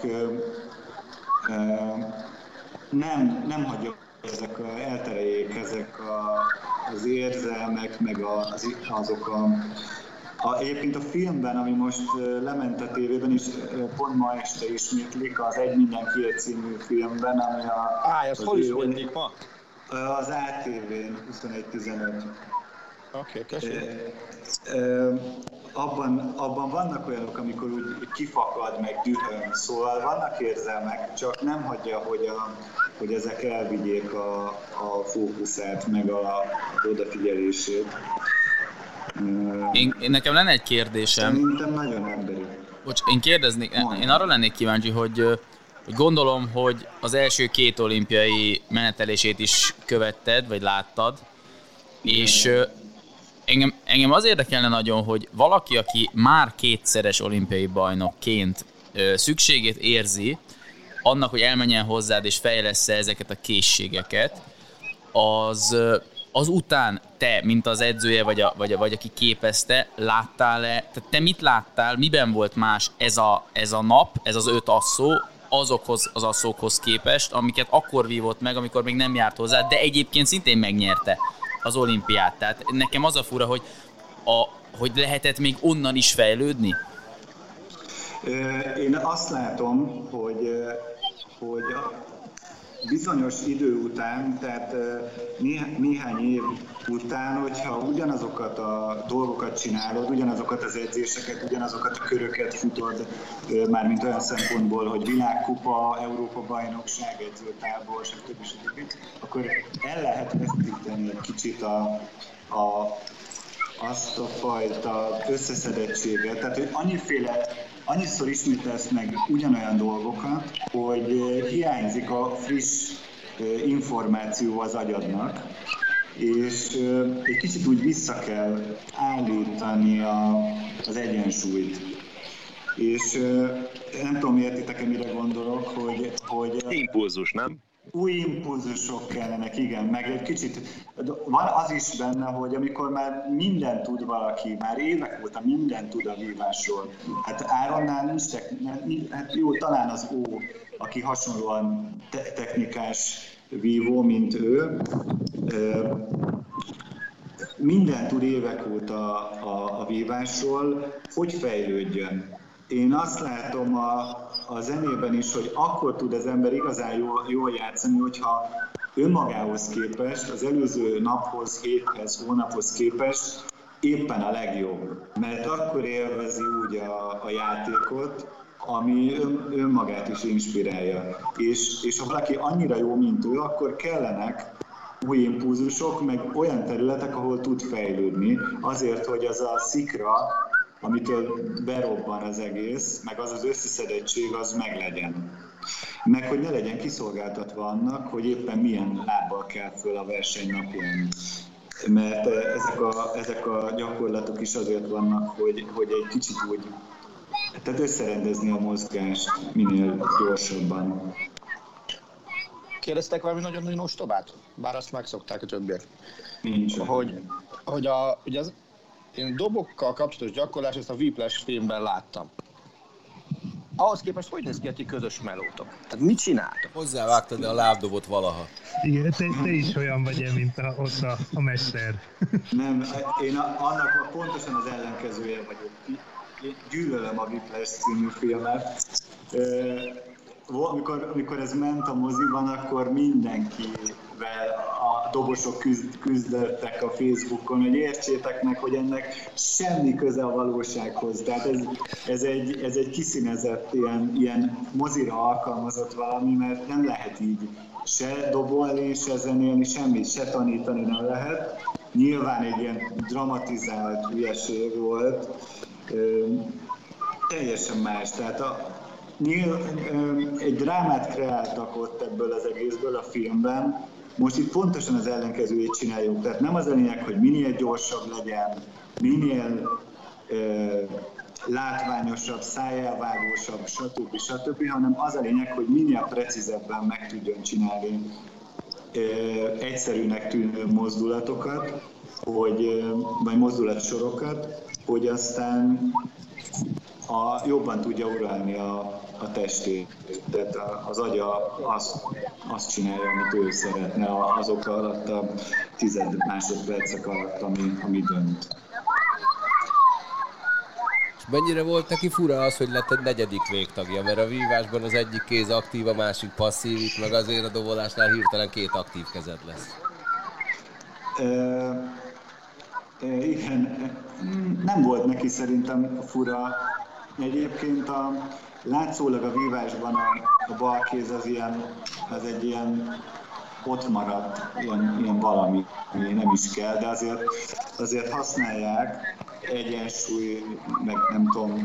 Speaker 8: nem hagyja eltereljék ezek az érzelmek, meg azok egyébként a filmben, ami most lement a tévében is, pont ma este ismétlik, az Egy mindenkiért című filmben, ami
Speaker 6: ezt hol ismétlik ma?
Speaker 8: Az ATV-n 21:15.
Speaker 6: Oké, köszönöm.
Speaker 8: Abban vannak olyanok, amikor úgy kifakad, meg dühöng, szóval vannak érzelmek, csak nem hagyja, hogy ezek elvigyék a fókuszát, meg a odafigyelését.
Speaker 4: Én nekem lenne egy kérdésem.
Speaker 8: Szerintem nagyon emberi.
Speaker 4: Bocs, én arra lennék kíváncsi, hogy gondolom, hogy az első 2 olimpiai menetelését is követted, vagy láttad, és engem az érdekelne nagyon, hogy valaki, aki már 2-szeres olimpiai bajnokként szükségét érzi annak, hogy elmenjen hozzád és fejlessze ezeket a az után te, mint az edzője, vagy aki képezte, láttál-e, tehát te mit láttál, miben volt más ez a nap, ez az 5 asszó, azokhoz az asszókhoz képest, amiket akkor vívott meg, amikor még nem járt hozzá, de egyébként szintén megnyerte az olimpiát. Tehát nekem az a fura, hogy lehetett még onnan is fejlődni?
Speaker 8: Én azt látom, hogy bizonyos idő után, tehát néhány év után, hogyha ugyanazokat a dolgokat csinálod, ugyanazokat az edzéseket, ugyanazokat a köröket futod, mármint olyan szempontból, hogy világkupa, Európa-bajnokság, edzőtábor, stb. Akkor el lehet veszíteni egy kicsit azt a fajta összeszedettséget. Tehát, hogy annyiszor ismételsz meg ugyanolyan dolgokat, hogy hiányzik a friss információ az agyadnak, és egy kicsit úgy vissza kell állítani az egyensúlyt. És nem tudom, értitek-e, mire gondolok, hogy
Speaker 5: impulzus, nem?
Speaker 8: Új impulzusok kellenek, igen, meg egy kicsit van az is benne, hogy amikor már mindent tud valaki, már évek óta mindent tud a vívásról. Hát Áronnál nincs hát jó, talán az Ó, aki hasonlóan technikás vívó, mint ő. Mindent tud évek óta a vívásról, hogy fejlődjön. Én azt látom a zenében is, hogy akkor tud az ember igazán jól játszani, hogyha önmagához képest, az előző naphoz, héthez, hónaphoz képest éppen a legjobb. Mert akkor élvezi úgy a játékot, ami önmagát is inspirálja. És ha valaki annyira jó, mint ő, akkor kellenek új impulzusok, meg olyan területek, ahol tud fejlődni, azért, hogy az a szikra, amitől berobban az egész, meg az összeszedettség, az meglegyen. Meg hogy ne legyen kiszolgáltatva annak, hogy éppen milyen lábbal kell föl a versenynapon. Mert ezek a gyakorlatok is azért vannak, hogy egy kicsit úgy, tehát összerendezni a mozgást minél gyorsabban.
Speaker 6: Kérdeztek valami nagyon-nagyon ostobát? Bár azt megszokták a többiek.
Speaker 8: Nincs.
Speaker 6: Ugye én dobokkal kapcsolatos gyakorlás, ezt a Whiplash filmben láttam. Ahhoz képest, hogy néz ki a ti közös melótok? Tehát mit csináltok?
Speaker 3: Hozzávágtad a lábdobot valaha.
Speaker 7: Igen, te is olyan vagy, mint ott a mester.
Speaker 8: Nem, én annak pontosan az ellenkezője vagyok. Én gyűlölöm a Whiplash című filmet. Amikor ez ment a moziban, akkor mindenkivel dobosok küzdöttek a Facebookon, hogy értsétek meg, hogy ennek semmi köze a valósághoz. Tehát ez egy kiszínezett, ilyen mozira alkalmazott valami, mert nem lehet így se dobolni, se zenélni, semmit, se tanítani nem lehet. Nyilván egy ilyen dramatizált hülyeség volt, teljesen más. Tehát egy drámát kreáltak ott ebből az egészből a filmben, most itt pontosan az ellenkezőjét csináljuk. Tehát nem az a lényeg, hogy minél gyorsabb legyen, minél látványosabb, szájjelvágósabb, stb., hanem az a lényeg, hogy minél precízebben meg tudjon csinálni egyszerűnek tűnő mozdulatokat, vagy mozdulatsorokat, hogy aztán jobban tudja uralni a testét. Tehát az agya azt csinálja, amit ő szeretne azok alatt a 10 másodpercek alatt, ami dönt.
Speaker 3: És mennyire volt neki fura az, hogy lett egy 4. végtagja, mert a vívásban az egyik kéz aktív, a másik passzív, itt meg azért a dobolásnál hirtelen 2 aktív kezed lesz.
Speaker 8: Igen, nem volt neki szerintem fura. Egyébként látszólag a vívásban a bal kéz az egy ilyen ott maradt, ilyen valami, nem is kell, de azért használják, egyensúly, meg nem tudom.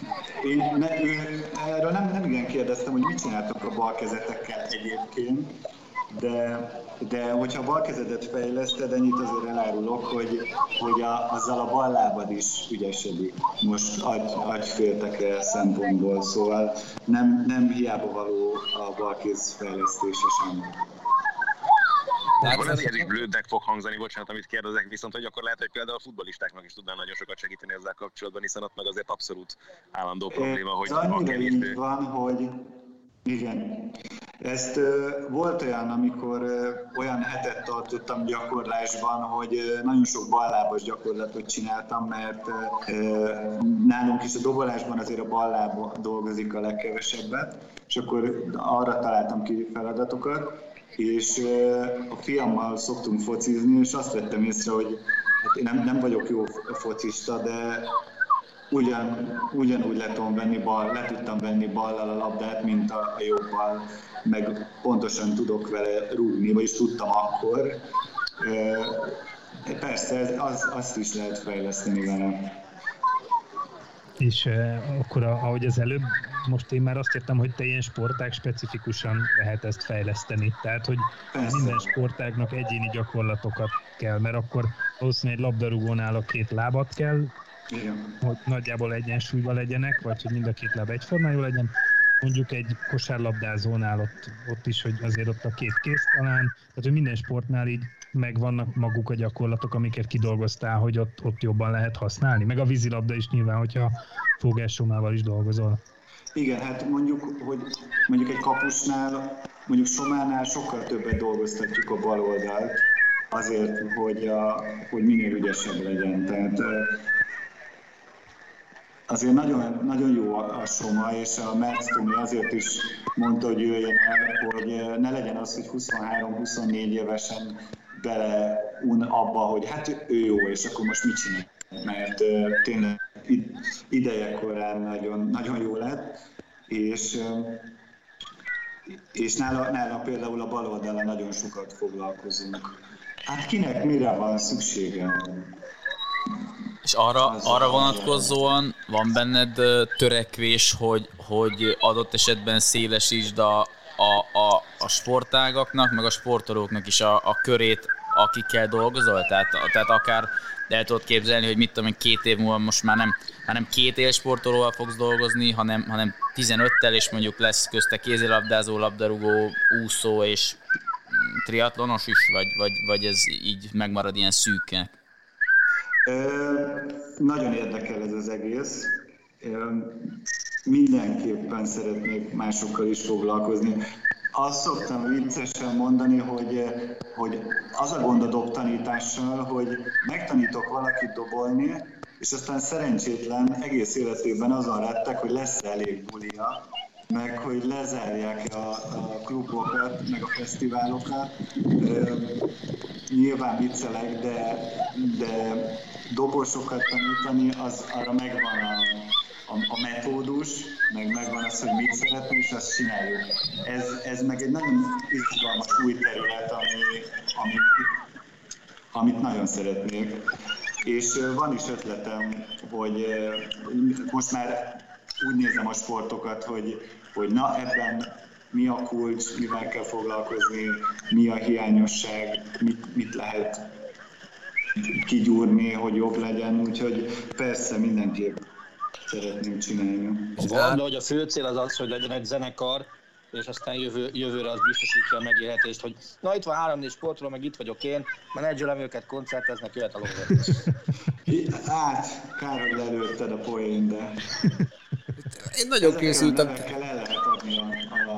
Speaker 8: Erről nem igen kérdeztem, hogy mit csináltak a bal kezetekkel egyébként, de hogyha a bal kezedet fejleszted, ennyit azért elárulok, hogy azzal a bal lábad is ügyesedik. Most agyféltekre szempontból, szóval nem hiába való a bal kéz fejlesztése sem.
Speaker 5: Akkor ez egy blödnek fog hangzani, bocsánat, amit kérdezek, viszont hogy akkor lehet, hogy például a futballistáknak is tudná nagyon sokat segíteni ezzel kapcsolatban, hiszen ott meg azért abszolút állandó probléma, hogy
Speaker 8: annyira így van, hogy igen. Ezt volt olyan, amikor olyan hetet tartottam gyakorlásban, hogy nagyon sok ballábas gyakorlatot csináltam, mert nálunk is a dobolásban azért a balláb dolgozik a legkevesebbet, és akkor arra találtam ki feladatokat, és a fiammal szoktunk focizni, és azt vettem észre, hogy hát én nem vagyok jó focista, de ugyanúgy le tudtam venni ballal a labdát, mint a jobbal, meg pontosan tudok vele rúgni, vagyis tudtam akkor. Persze, azt is lehet fejleszteni vele.
Speaker 7: És akkor, ahogy az előbb, most én már azt értem, hogy te ilyen sportág specifikusan lehet ezt fejleszteni. Tehát, hogy persze, minden sportágnak egyéni gyakorlatokat kell, mert akkor valószínűleg egy labdarúgónál a 2 lábat kell, igen, hogy nagyjából egyensúlyban legyenek, vagy hogy mind a 2 láb egyformán jó legyen. Mondjuk egy kosárlabdázónál ott is, hogy azért ott a 2 kéz talán, tehát hogy minden sportnál így megvannak maguk a gyakorlatok, amiket kidolgoztál, hogy ott jobban lehet használni. Meg a vízilabda is nyilván, hogyha fogássomával is dolgozol.
Speaker 8: Igen, hát mondjuk egy kapusnál, mondjuk sománál sokkal többet dolgoztatjuk a bal oldalt, azért, hogy minél ügyesebb legyen. Tehát azért nagyon, nagyon jó a soma, és a Mertz Tomi azért is mondta, hogy jöjjön el, hogy ne legyen az, hogy 23-24 évesen beleun abba, hogy hát ő jó, és akkor most mit csinál? Mert tényleg idejekorán nagyon, nagyon jó lett, és nála például a bal oldalon nagyon sokat foglalkozunk. Hát kinek mire van szüksége?
Speaker 4: És arra vonatkozóan van benned törekvés, hogy adott esetben szélesítsd a sportágaknak, meg a sportolóknak is a körét, akikkel dolgozol? Tehát akár el tudod képzelni, hogy mit tudom én, 2 év múlva most már nem 2 élsportolóval fogsz dolgozni, hanem 15-tel, és mondjuk lesz közte kézilabdázó, labdarúgó, úszó és triatlonos is, vagy ez így megmarad ilyen szűknek?
Speaker 8: Nagyon érdekel ez az egész. Mindenképpen szeretnék másokkal is foglalkozni. Azt szoktam viccesen mondani, hogy az a gond a dobtanítással, hogy megtanítok valakit dobolni, és aztán szerencsétlen egész életében azon rettek, hogy lesz elég bulia, meg hogy lezárják a klubokat, meg a fesztiválokat. Nyilván viccelek, de dobosokat tanítani, arra megvan a metódus, meg megvan az, hogy mit szeretnénk, és azt csináljuk. Ez meg egy nagyon izgalmas új terület, amit nagyon szeretnék. És van is ötletem, hogy most már úgy nézem a sportokat, hogy na ebben mi a kulcs, mivel kell foglalkozni, mi a hiányosság, mit lehet kigyúrni, hogy jobb legyen, úgyhogy persze mindenképp szeretném csinálni.
Speaker 6: Van, de hogy a fő cél az, hogy legyen egy zenekar, és aztán jövőre az biztosítja a megélhetést, hogy na itt van 3-4 sportról, meg itt vagyok én, menedzselem őket, koncerteznek, jöhet a lóvét.
Speaker 8: Kár, hogy lelőtted a poén, de...
Speaker 3: Én nagyon készültem.
Speaker 8: Ezekkel el lehet adni a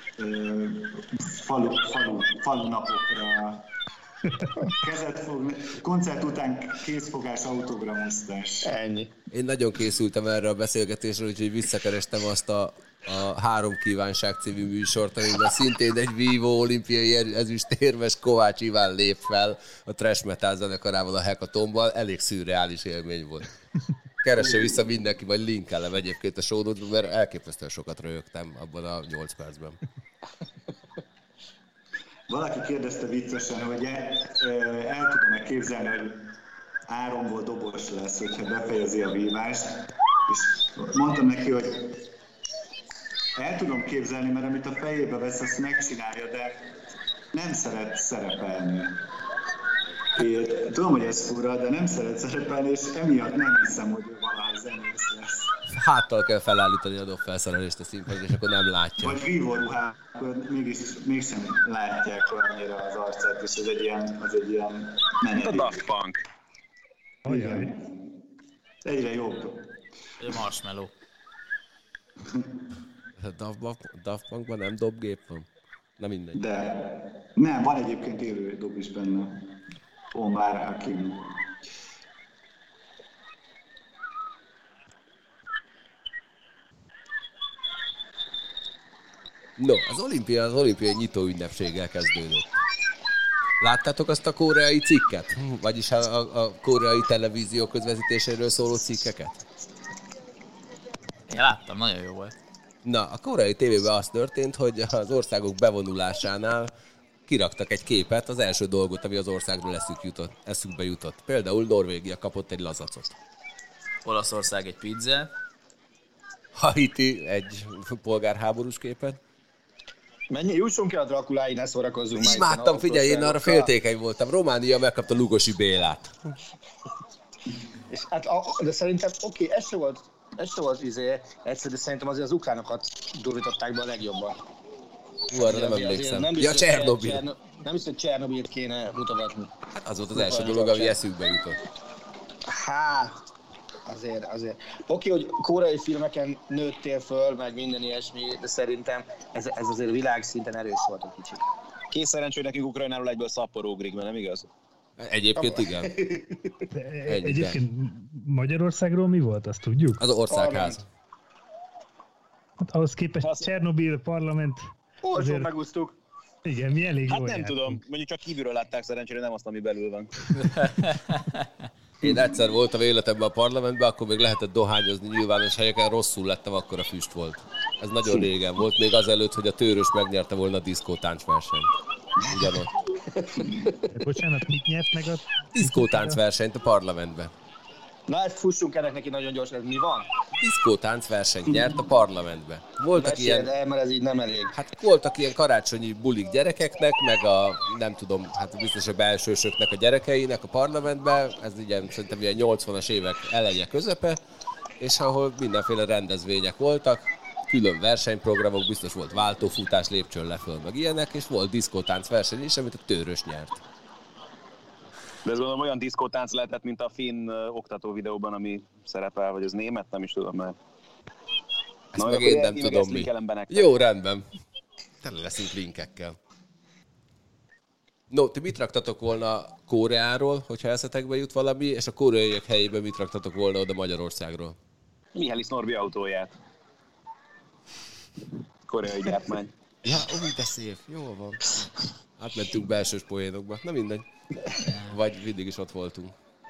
Speaker 8: falu napokra. Kezet fogni, koncert után kézfogás, autogramosztás.
Speaker 6: Ennyi.
Speaker 3: Én nagyon készültem erre a beszélgetésre, úgyhogy visszakerestem azt a 3 kívánság című műsort, amiben szintén egy vívó olimpiai ezüstérmes Kovács Iván lép fel a thrash metal zenekarával, a Hekatombbal. Elég szürreális élmény volt. Keresse vissza mindenki, majd linkelem egyébként a show notes-ban, mert elképesztően sokat röhögtem abban a 8 percben.
Speaker 8: Valaki kérdezte viccesen, hogy el tudom-e képzelni, hogy Áronból dobos lesz, hogyha befejezi a vívást, és mondtam neki, hogy el tudom képzelni, mert amit a fejébe vesz, azt megcsinálja, de nem szeret szerepelni. Én tudom, hogy ez fura, de nem szeret szerepelni, és emiatt nem hiszem, hogy ő valahogy zenész lesz.
Speaker 3: Háttal kell felállítani a dobfelszerelést a színpadon, és akkor nem látja.
Speaker 8: Vagy vívóruhákkal mégsem látják annyira az arcát, és ez egy ilyen menedék.
Speaker 5: A Daft Punk.
Speaker 8: Igen. Egyre jobb.
Speaker 4: A Marshmallow.
Speaker 3: Daft Punkban nem dobgép van? Na mindegy.
Speaker 8: De nem, van egyébként élő dob is benne. Omar Hakim.
Speaker 3: No, az olimpiai nyitó ünnepséggel kezdődött. Láttátok azt a koreai cikket? Vagyis a koreai televízió közvetítéséről szóló cikkeket?
Speaker 4: Én láttam, nagyon jó volt.
Speaker 3: Na, a koreai tévében az történt, hogy az országok bevonulásánál kiraktak egy képet, az első dolgot, ami az országról eszükbe jutott. Például Norvégia kapott egy lazacot.
Speaker 4: Olaszország egy pizzát.
Speaker 3: Haiti egy polgárháborús képet.
Speaker 6: Jussunk ki a Drakuláig, ne szórakozzunk már.
Speaker 3: Imádtam, figyelj, én arra féltékeny voltam. Románia megkapta Lugosi Bélát.
Speaker 6: És hát, de szerintem, oké, ez se volt egyszer, de szerintem azért az ukránokat durvították be a legjobban.
Speaker 3: Arra nem emlékszem. Ja, Csernobil.
Speaker 6: Nem hiszem, hogy Csernobilt kéne mutogatni.
Speaker 3: Hát az volt az első dolog, ami eszükbe jutott.
Speaker 6: Azért. Oké, hogy koreai filmeken nőttél föl, meg minden ilyesmi, de szerintem ez azért világszinten erős volt egy kicsit.
Speaker 5: Kész szerencsé, hogy nekünk Ukrajnáról egyből Szapporo ugrik, mert nem igaz?
Speaker 3: Egyébként igen.
Speaker 7: Egyébként Magyarországról mi volt, azt tudjuk?
Speaker 3: Az országház.
Speaker 7: Hát ahhoz képest Csernobil, parlament...
Speaker 6: Olcsón megúsztuk.
Speaker 7: Igen, mi elég
Speaker 5: hát
Speaker 7: jól
Speaker 5: nem
Speaker 7: jártunk.
Speaker 5: tudom, mondjuk csak kívülről látták szerencsére, nem azt, ami belül van.
Speaker 3: Én egyszer voltam életemben a parlamentben, akkor még lehetett dohányozni nyilvános helyeken, rosszul lettem, akkor a füst volt. Ez nagyon régen volt, még azelőtt, hogy a Tőrös megnyerte volna a diszkótáncversenyt. Ugyanott.
Speaker 7: Bocsánat, mit nyert meg a...
Speaker 3: Diszkótáncversenyt a parlamentben.
Speaker 6: Na, ezt fussunk ennek neki nagyon gyorsan, ez mi van?
Speaker 3: Diszkótáncversenyt nyert a parlamentben. Voltak ilyen...
Speaker 6: mert ez így nem elég.
Speaker 3: Hát voltak ilyen karácsonyi bulik gyerekeknek, meg a, nem tudom, hát biztos a belsősöknek a gyerekeinek a parlamentben, ez igen, szerintem ilyen 80-as évek eleje közepe, és ahol mindenféle rendezvények voltak, külön versenyprogramok, biztos volt váltófutás, lépcsőn leföl, meg ilyenek, és volt diszkótáncverseny is, amit a Tőrös nyert.
Speaker 5: De ez gondolom olyan diszkótánc lehetett, mint a finn oktató videóban, ami szerepel, vagy az német, nem is tudom, mert...
Speaker 3: Ezt meg én nem tudom mi. Jó, rendben. Tele leszünk linkekkel. No, ti mit raktatok volna Koreáról, hogyha eszetekbe jut valami, és a koreaiak helyében mit raktatok volna oda Magyarországról?
Speaker 5: Mihály Norbi autóját. koreai gyártmány.
Speaker 3: Ja, de szép, jól van. Átmentünk belsős poénokba, na mindegy. Vagy mindig is ott voltunk.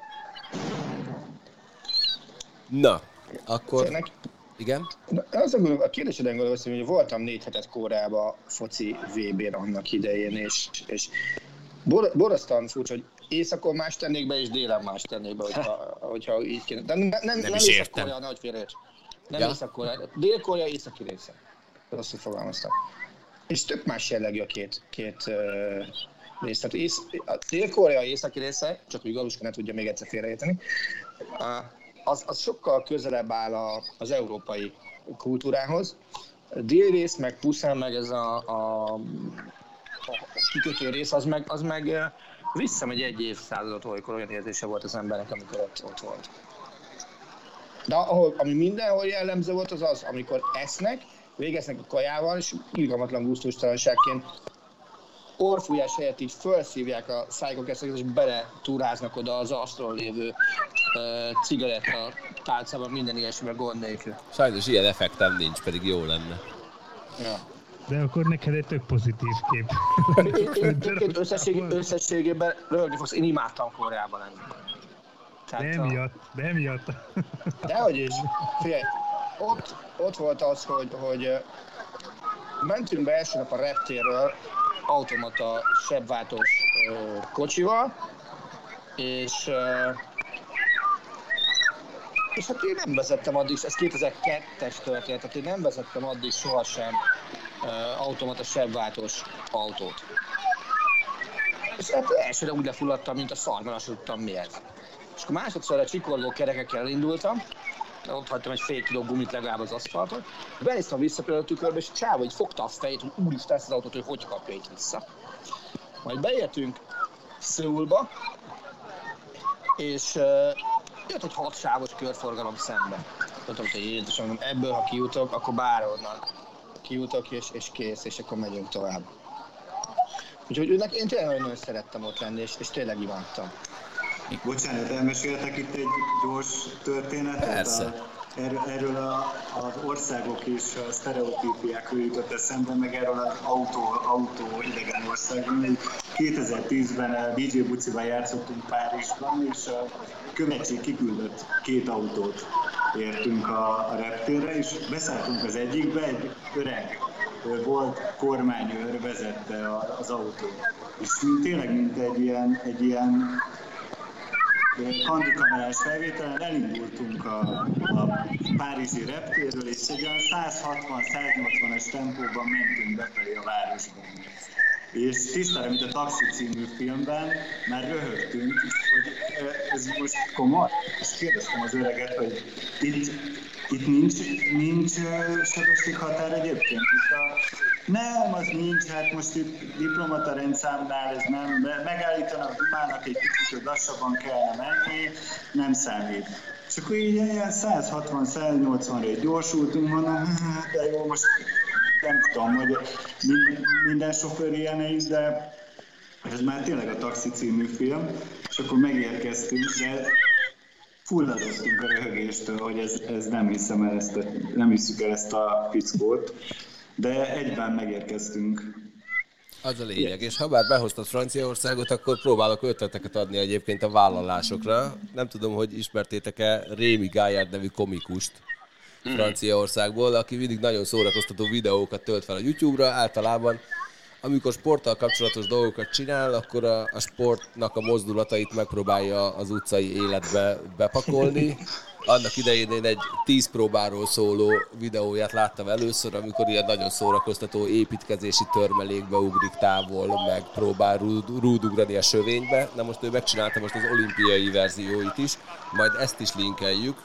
Speaker 3: Na, akkor...
Speaker 6: Tényleg?
Speaker 3: Igen?
Speaker 6: A kérdéseden gondolkoztam, hogy voltam 4 hetet Koreába foci VB-n annak idején, és borzasztóan furcsa, hogy északon más tennék be, és délen más tennék be, hogyha így kéne. De nem
Speaker 3: is értem.
Speaker 6: Észak-Korea, nagy félreérts. Nem Észak-Korea, Dél-Korea északi része. Rosszul fogalmaztam. És tök más jellegű a két rész. Tehát a Dél-Korea északi része, csak úgy Galuska ne tudja még egyszer félreérteni, az sokkal közelebb áll az európai kultúrához. A dél rész, meg Puszán, meg ez a kikötő rész, az meg visszamegy 1 évszázadot, olykor olyan érzése volt az embernek, amikor ott volt. De ami mindenhol jellemző volt, az, amikor esznek, végeznek a kajával, és irgalmatlan gusztustalanságként orrfújás helyett így felszívják a szájkok eszeket, és beletúráznak oda az asztalon lévő cigaretta tálcában, minden ilyesmivel gond nélkül.
Speaker 3: Sajnos ilyen effektem nincs, pedig jó lenne.
Speaker 6: Ja.
Speaker 7: De akkor neked egy tök pozitív kép.
Speaker 6: Én összességében röhögni fogsz, én imádtam Koreában lenni.
Speaker 7: De emiatt.
Speaker 6: Dehogy is. Figyelj, ott volt az, hogy mentünk be első nap a reptérről automata sebváltós kocsival, és hát én nem vezettem addig, ez 2002-es történet, tehát én nem vezettem addig sohasem automata sebváltós autót. És hát elsőre úgy lefulladtam, mint a szar, mert azt tudtam mi ez. És akkor másodszor a csikorgó kerekekkel indultam, ott hagytam egy fél kiló gumit legalább az aszfalton, benéztem a visszapillantó tükörbe, és Csáva így fogta a fejét, hogy úristen ezt az autót, hogy kapja itt vissza. Majd beértünk Szöulba, és jött egy 6 sávos körforgalom szembe. Tudtam, hogy Jézusom, ebből ha kijutok, akkor bárhonnan kijutok, és kész, és akkor megyünk tovább. Úgyhogy én tényleg nagyon szerettem ott lenni, és tényleg imádtam.
Speaker 8: Bocsánat, elmeséltek itt egy gyors történetet?
Speaker 3: Persze.
Speaker 8: Erről az országok és a sztereotípiákról jutott eszembe, meg erről az autó idegen országban. 2010-ben DJ Bucival játszottunk Párizsban, és a követség kiküldött 2 autót értünk a reptérre, és beszálltunk az egyikbe, egy öreg volt kormányőr vezette az autót. És tényleg mint egy ilyen handikamerás felvételen elindultunk a párizsi reptérről, és egy olyan 160-180-as tempóban mentünk befelé a városban. És tisztára, mint a Taxi című filmben, már röhögtünk, hogy ez most komoly. És kérdeztem az öreget, hogy itt nincs sebességhatár egyébként. Nem, az nincs, hát most itt diplomata rendszámnál ez nem, megállítanak, dumálnak egy kicsit, hogy lassabban kellene menni, nem számít. És akkor így ilyen 160-180-ra gyorsultunk, mondom, de jó, most nem tudom, hogy minden sofőr ilyen is, de ez már tényleg a Taxi című film, és akkor megérkeztünk, de fulladoztunk a röhögéstől, hogy ez nem hiszük el ezt a fickót. De egyben megérkeztünk.
Speaker 3: Az a lényeg, és ha bár behoztad Franciaországot, akkor próbálok ötleteket adni egyébként a vállalásokra. Nem tudom, hogy ismertétek-e Rémi Gályárd nevű komikust Franciaországból, aki mindig nagyon szórakoztató videókat tölt fel a YouTube-ra. Általában, amikor sporttal kapcsolatos dolgokat csinál, akkor a sportnak a mozdulatait megpróbálja az utcai életbe bepakolni. Annak idején én egy 10 próbáról szóló videóját láttam először, amikor ilyen nagyon szórakoztató építkezési törmelékbe ugrik távol, meg próbál rúdugrani a sövénybe. Na most ő megcsinálta most az olimpiai verzióit is, majd ezt is linkeljük.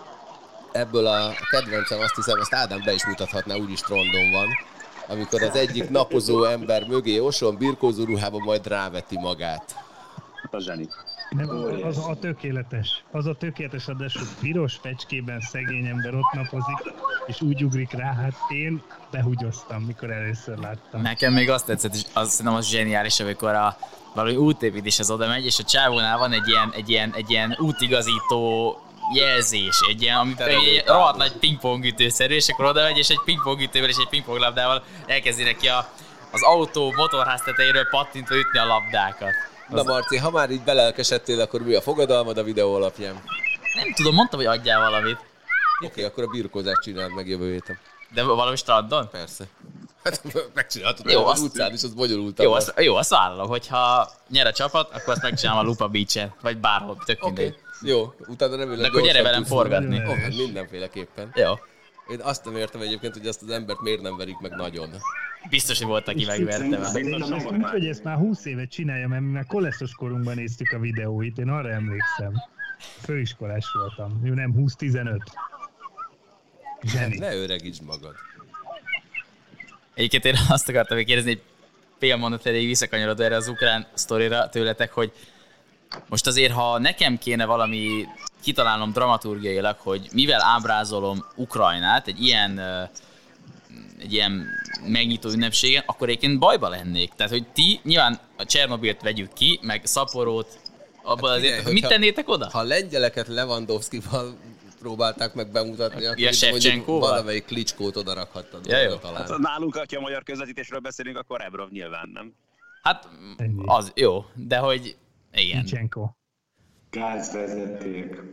Speaker 3: Ebből a kedvencem, azt hiszem, azt Ádám be is mutathatná, úgyis trondon van. Amikor az egyik napozó ember mögé oson, birkózó ruhában majd ráveti magát.
Speaker 5: A zseni.
Speaker 7: Nem, az a tökéletes. Az a tökéletes adás, hogy piros fecskében szegény ember ott napozik, és úgy ugrik rá, hát én behugyoztam, mikor először láttam.
Speaker 4: Nekem még azt tetszett, és azt szerintem az zseniális, amikor valami útépítéshez oda megy, és a csávónál van egy ilyen útigazító jelzés, egy ilyen, amit egy rohadt nagy pingpongütőszerű, és akkor oda megy, és egy pingpongütővel és egy pingponglabdával elkezdi neki az autó motorház tetejéről pattintva ütni a labdákat.
Speaker 3: Na Marci, ha már így belelkesedtél, akkor mi a fogadalmad a videó alapján?
Speaker 4: Nem tudom, mondtam, hogy adjál valamit.
Speaker 3: Oké, akkor a birkózást csináld meg jövő héten.
Speaker 4: De valami strandon?
Speaker 3: Persze. Hát megcsinálhatod
Speaker 4: jó,
Speaker 3: az utcán is, az bonyolultabb.
Speaker 4: Jó, azt vállalom, hogyha nyer a csapat, akkor azt megcsinálom a Lupa Beach-en, vagy bárhol, tök mindegy.
Speaker 3: Jó, utána remélem.
Speaker 4: De akkor gyere velem forgatni.
Speaker 3: Hát mindenféleképpen.
Speaker 4: Jó.
Speaker 3: Én azt nem értem egyébként, hogy ezt az embert miért nem verik meg nagyon.
Speaker 4: Biztos, hogy volt, aki megverte már.
Speaker 7: Úgy, hogy ezt már 20 évet csinálja, mert mi már koleszos korunkban néztük a videóit, én arra emlékszem. Főiskolás voltam, jó nem 20-15. Zseni.
Speaker 3: Ne öregítsd magad.
Speaker 4: Egyébként én azt akartam még kérdezni, egy fél mondat elég visszakanyarodva erre az ukrán sztorira tőletek, hogy most azért, ha nekem kéne valami kitalálnom dramaturgiailag, hogy mivel ábrázolom Ukrajnát egy ilyen megnyitó ünnepségen, akkor egyébként bajba lennék. Tehát, hogy ti nyilván a Csernobilt vegyük ki, meg Szaporót, abban hát azért, mit tennétek oda?
Speaker 3: Ha a lengyeleket Lewandowskival próbálták meg bemutatni, akkor
Speaker 4: mondjuk
Speaker 3: valamelyik Klitschkót oda rakhattad volna talán.
Speaker 5: Hát, nálunk, ha a magyar közvetítésről beszélünk, akkor Rebrov nyilván, nem?
Speaker 4: Hát az jó, de hogy igen.
Speaker 7: Klitschko.
Speaker 8: Gázvezeték.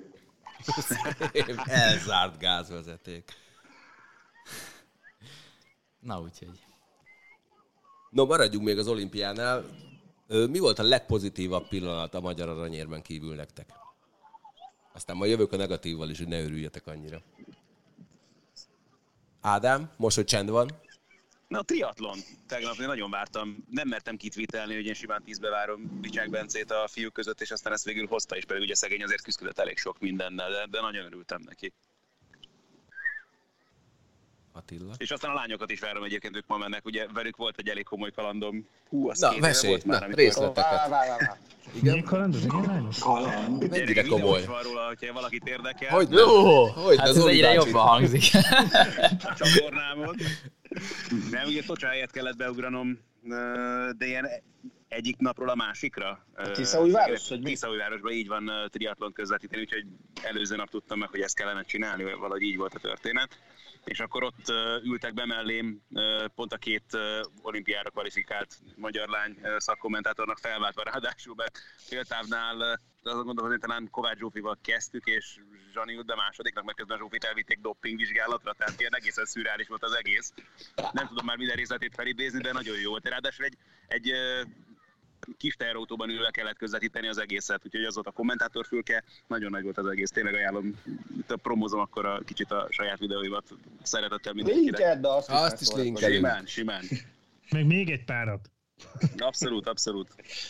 Speaker 3: Elzárt gázvezeték.
Speaker 4: Na úgyhogy.
Speaker 3: No, maradjunk még az olimpiánál. Mi volt a legpozitívabb pillanat a magyar aranyérmen kívül nektek? Aztán majd jövök a negatívval is, hogy ne örüljetek annyira. Ádám, most, hogy csend van.
Speaker 5: Na, a triatlon. Tegnap én nagyon vártam. Nem mertem kitvítelni, hogy én simán 10-be várom Bicsák Bencét a fiúk között, és aztán ezt végül hozta is, pedig ugye szegény azért küzdött elég sok mindennel, de nagyon örültem neki.
Speaker 3: Attila.
Speaker 5: És aztán a lányokat is várom egyébként, ők ma mennek, ugye velük volt egy elég komoly kalandom.
Speaker 3: Na, mesélj, részleteket.
Speaker 7: Igen? Milyen kalandom? Milyen lányok?
Speaker 8: Kaland.
Speaker 3: Mennyire komoly.
Speaker 5: Van róla, hogyha valakit érdekel.
Speaker 3: Hogy
Speaker 4: hát ez egyre jobban hangzik.
Speaker 5: A csatornámon. Nem, ugye Tocsa helyet kellett beugranom, de ilyen egyik napról a másikra.
Speaker 6: Tiszaújváros?
Speaker 5: Tiszaújvárosban így van triatlon közvetíteni, úgyhogy előző nap tudtam meg, hogy ezt kellene csinálni, valahogy így volt a történet. És akkor ott ültek be mellém pont a két olimpiára kvalifikált magyar lány szakkommentátornak felváltva, ráadásul be féltávnál azt gondolom, hogy talán Kovács Zsófival kezdtük, és Zsani de másodiknak, mert közben Zsófit elvitték doppingvizsgálatra, tehát ilyen egészen szürreális volt az egész. Nem tudom már minden részletét felidézni, de nagyon jó volt. Ráadásul egy kis teherautóban ülve kellett közvetíteni az egészet, úgyhogy az volt a kommentátorfülke, nagyon nagy volt az egész, tényleg ajánlom, promózom akkor a kicsit a saját videóimat, szeretettel mindenkinek.
Speaker 6: Linked, de
Speaker 3: azt is linkelünk.
Speaker 5: Simán.
Speaker 7: Meg még egy párat.
Speaker 5: Abszolút.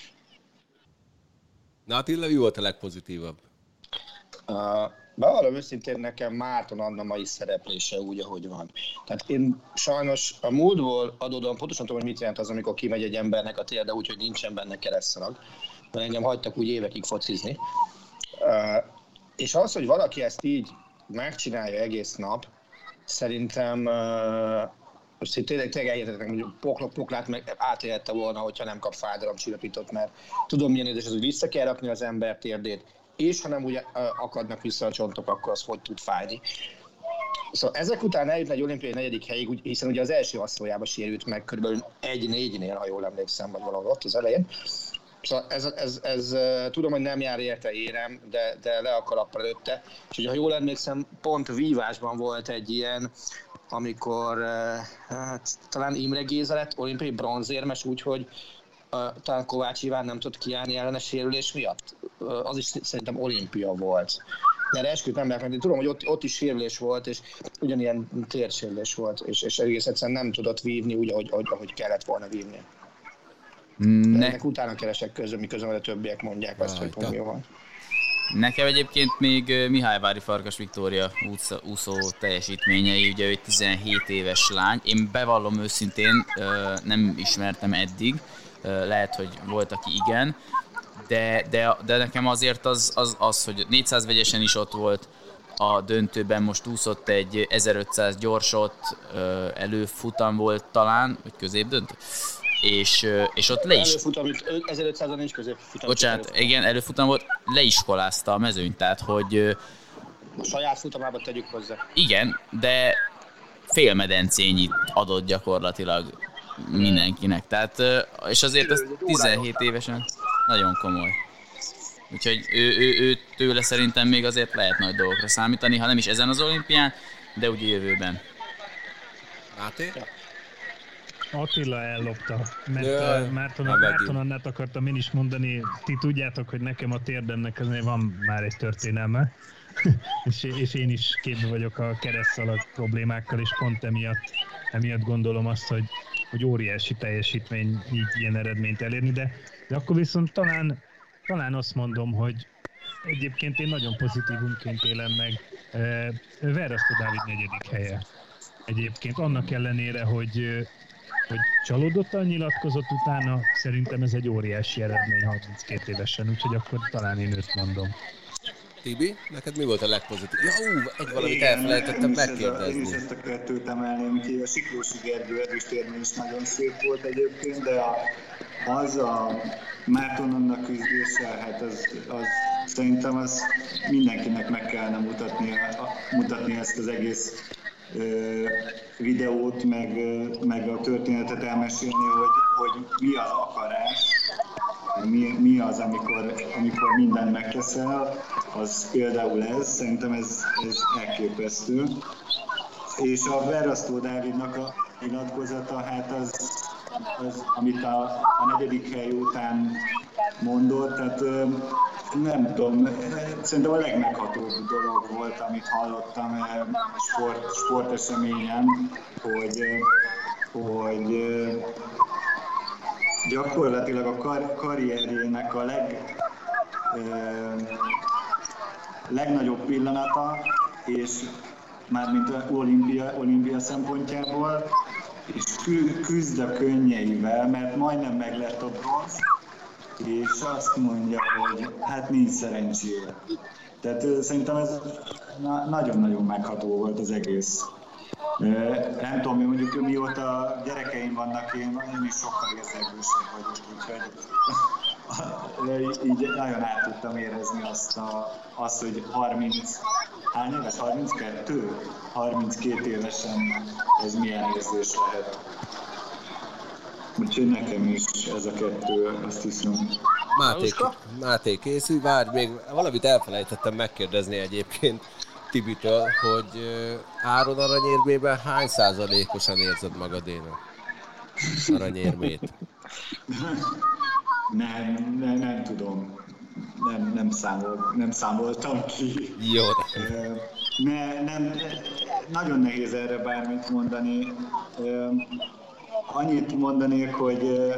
Speaker 3: Na Attila, mi volt a legpozitívabb?
Speaker 6: Bevallom őszintén, nekem Márton Anna mai szereplése úgy, ahogy van. Tehát én sajnos a múltból adódóan pontosan tudom, hogy mit jelent az, amikor kimegy egy embernek a térde úgy, hogy nincsen benne keresztszalag. Mert engem hagytak úgy évekig focizni. És az, hogy valaki ezt így megcsinálja egész nap, szerintem most tényleg elértetek, hogy poklát meg átélhette volna, hogyha nem kap fájdalomcsillapítót, mert tudom milyen érzés az, hogy vissza kell rakni az ember térdét, és ha nem úgy akadnak vissza a csontok, akkor az hogy tud fájni. Szóval ezek után eljutni egy olimpiai 4. helyig, hiszen ugye az első asszójában sérült meg körülbelül 1-4-nél, ha jól emlékszem, vagy valahol ott az elején. Szóval ez tudom, hogy nem jár érte érem, de le a kalappal előtte. És ugye, ha jól emlékszem, pont vívásban volt egy ilyen, amikor talán Imre Géza lett olimpiai bronzérmes, úgyhogy talán Kovács Iván nem tudott kiállni ellene sérülés miatt. Az is szerintem olimpia volt. De esküt nem lehet, mert tudom, hogy ott is sérülés volt, és ugyanilyen térsérülés volt, és egész egyszerűen nem tudott vívni úgy, ahogy kellett volna vívni. De ennek utána keresek miközben a többiek mondják azt, hogy mi van.
Speaker 4: Nekem egyébként még Mihályvári Farkas Viktória úszó teljesítményei, ugye ő 17 éves lány. Én bevallom őszintén, nem ismertem eddig, lehet, hogy volt, aki igen, de nekem azért az, hogy 400 vegyesen is ott volt a döntőben, most úszott egy 1500 gyorsot, előfutam volt talán, vagy középdöntő, és ott le is...
Speaker 6: Előfutam, 1500-on nincs középfutam.
Speaker 4: Bocsánat, igen, előfutam volt, leiskolázta a mezőnyt, tehát hogy
Speaker 6: A saját futamába tegyük hozzá.
Speaker 4: Igen, de félmedencényit adott gyakorlatilag mindenkinek. Tehát, és azért az 17 évesen nagyon komoly. Úgyhogy ő tőle szerintem még azért lehet nagy dolgokra számítani, ha nem is ezen az olimpián, de ugye jövőben.
Speaker 3: Máté?
Speaker 7: Attila ellopta, mert Márton Annát akartam én is mondani, ti tudjátok, hogy nekem a térdemnek azért van már egy történelme, és én is képbe vagyok a keresztszalag problémákkal, és pont emiatt gondolom azt, hogy óriási teljesítmény így ilyen eredményt elérni, de akkor viszont talán azt mondom, hogy egyébként én nagyon pozitívumként élem meg Verrasztó Dávid 4. helye. Egyébként annak ellenére, hogy csalódottan nyilatkozott utána, szerintem ez egy óriási eredmény 32 évesen, úgyhogy akkor talán én őt mondom.
Speaker 3: Tibi, neked mi volt a legpozitív? Egy valamit elfelejtettem megkérdezni.
Speaker 8: Én is ezt a kettőt emelném ki. A Siklósi Gergő ezüstérme is nagyon szép volt egyébként, de az a Márton Anna küzdéssel, hát az szerintem az mindenkinek meg kellene mutatni ezt az egész videót, meg a történetet elmesélni, hogy mi az akarás, mi az, amikor mindent megteszel, az például ez, szerintem ez elképesztő. És a Verrasztó Dávidnak a nyilatkozata, hát az amit a 4. hely után mondott, tehát nem tudom, szerintem a legmeghatóbb dolog volt, amit hallottam sporteseményen, hogy gyakorlatilag a karrierjének a legnagyobb pillanata, és mármint olimpia szempontjából, és küzd a könnyeivel, mert majdnem meg lett a bronz, és azt mondja, hogy hát nincs szerencséje. Tehát szerintem ez nagyon-nagyon megható volt az egész. Nem tudom, mondjuk mióta gyerekeim vannak, én is sokkal érzelgősebb vagyok, úgyhogy így nagyon át tudtam érezni azt, hogy 32 évesen ez milyen érzés lehet. Úgyhogy nekem is ez a kettő, azt hiszem.
Speaker 3: Máté készül, várj, még valamit elfelejtettem megkérdezni egyébként Tibitől, hogy Áron aranyérmében hány százalékosan érzed magadénak aranyérmét?
Speaker 8: Nem tudom. Nem számoltam ki.
Speaker 3: Jó.
Speaker 8: Nagyon nehéz erre bármit mondani. Annyit mondanék, hogy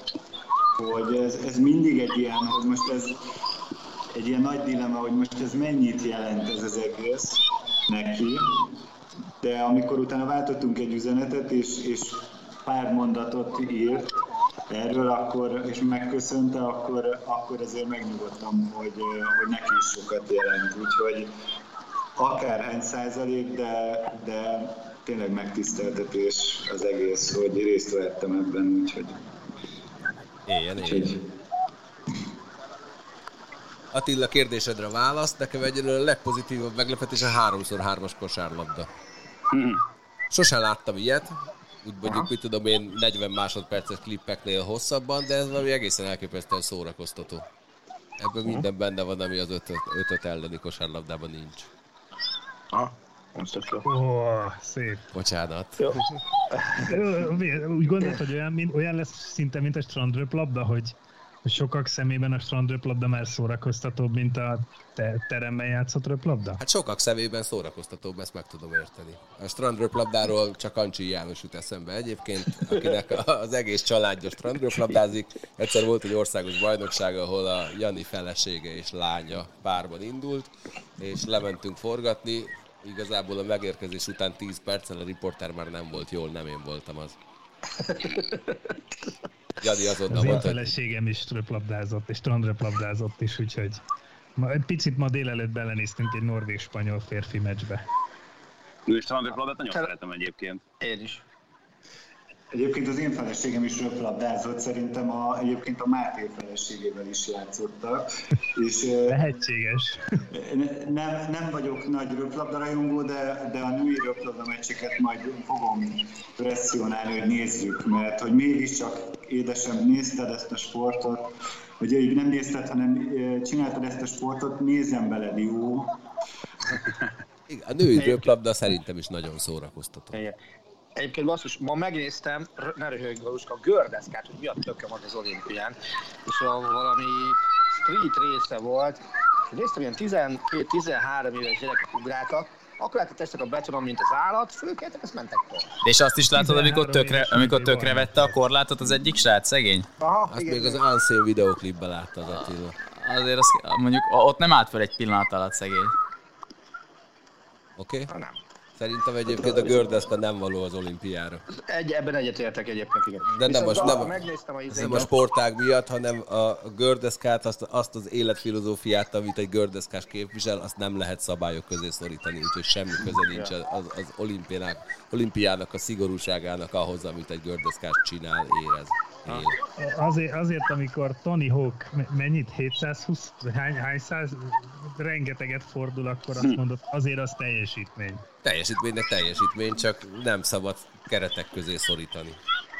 Speaker 8: ez mindig egy ilyen, hogy most ez egy ilyen nagy dilemma, hogy most ez mennyit jelent ez az egész neki. De amikor utána váltottunk egy üzenetet, és pár mondatot írt erről, és megköszönte, akkor azért megnyugodtam, hogy neki is sokat jelent. Úgyhogy akárhány százalék, de tényleg megtiszteltetés az egész, hogy részt vettem ebben, úgyhogy...
Speaker 3: Éljen. Attila, kérdésedre választ, nekem egyelőre a legpozitívabb meglepetés a 3x3-as kosárlabda. Sosem láttam ilyet, úgy mondjuk, mit tudom én, 40 másodperces klippeknél hosszabban, de ez valami egészen elképesztően szórakoztató. Ebben minden benne van, ami az 5-5 elleni kosárlabdában nincs.
Speaker 7: Szép.
Speaker 3: Bocsánat.
Speaker 7: Úgy gondolod, hogy olyan lesz szinte, mint a strandröplabda, hogy sokak szemében a strandröplabda már szórakoztatóbb, mint a teremben játszott röplabda?
Speaker 3: Hát sokak szemében szórakoztatóbb, ezt meg tudom érteni. A strandröplabdáról csak Ancsi János jut eszembe egyébként, akinek az egész családja strandröplabdázik. Egyszer volt egy országos bajnokság, ahol a Jani felesége és lánya párban indult, és lementünk forgatni. Igazából a megérkezés után 10 perccel a riporter már nem volt jól, nem én voltam az. Jani azonnal mondta,
Speaker 7: hogy... Az én feleségem is röplabdázott, és strandröplabdázott is, úgyhogy egy picit ma délelőtt belenéztünk egy norvég-spanyol férfi meccsbe.
Speaker 5: Ő strandröplabdát nagyon szeretem egyébként.
Speaker 6: Én is.
Speaker 8: Egyébként az én feleségem is röplabdázott, szerintem egyébként a Máté feleségével is játszottak. És,
Speaker 7: lehetséges.
Speaker 8: Nem vagyok nagy röplabdarajongó, de a női röplabda meccseket majd fogom presszionálni, hogy nézzük, mert hogy mégiscsak édesem, nézted ezt a sportot, vagy nem nézted, hanem csináltad ezt a sportot, nézzem bele, jó.
Speaker 3: A női röplabda szerintem is nagyon szórakoztató.
Speaker 6: Igen. Egyébként basszus, ma megnéztem, ne röhögj Galuska, a gördeszkát, hogy mi a tököm van az olimpián, és valami street része volt, néztem, ilyen 12-13 éves gyerekek ugráltak, akkor testek a betonon, mint az állat, fölkeltek, ezt mentek tovább.
Speaker 4: És azt is látod, amikor tökre vette a korlátot az egyik srác, szegény?
Speaker 6: Aha,
Speaker 3: Azt
Speaker 6: igen,
Speaker 3: még az Unseen videóklipben látta az Attila.
Speaker 4: Azért mondjuk ott nem állt fel egy pillanat alatt szegény.
Speaker 3: Oké?
Speaker 6: Nem.
Speaker 3: Szerintem egyébként a gördeszka nem való az olimpiára.
Speaker 6: Ebben egyetértek egyébként, igen.
Speaker 3: De nem a sportág miatt, hanem a gördeszkát, azt az életfilozófiát, amit egy gördeszkás képvisel, azt nem lehet szabályok közé szorítani, úgyhogy semmi köze nincs az olimpiának a szigorúságának ahhoz, amit egy gördeszkás csinál, érez.
Speaker 7: Azért, amikor Tony Hawk mennyit, 720, hány száz, rengeteget fordul, akkor azt mondod, azért az teljesítmény.
Speaker 3: Teljesítménynek teljesítmény, csak nem szabad keretek közé szorítani.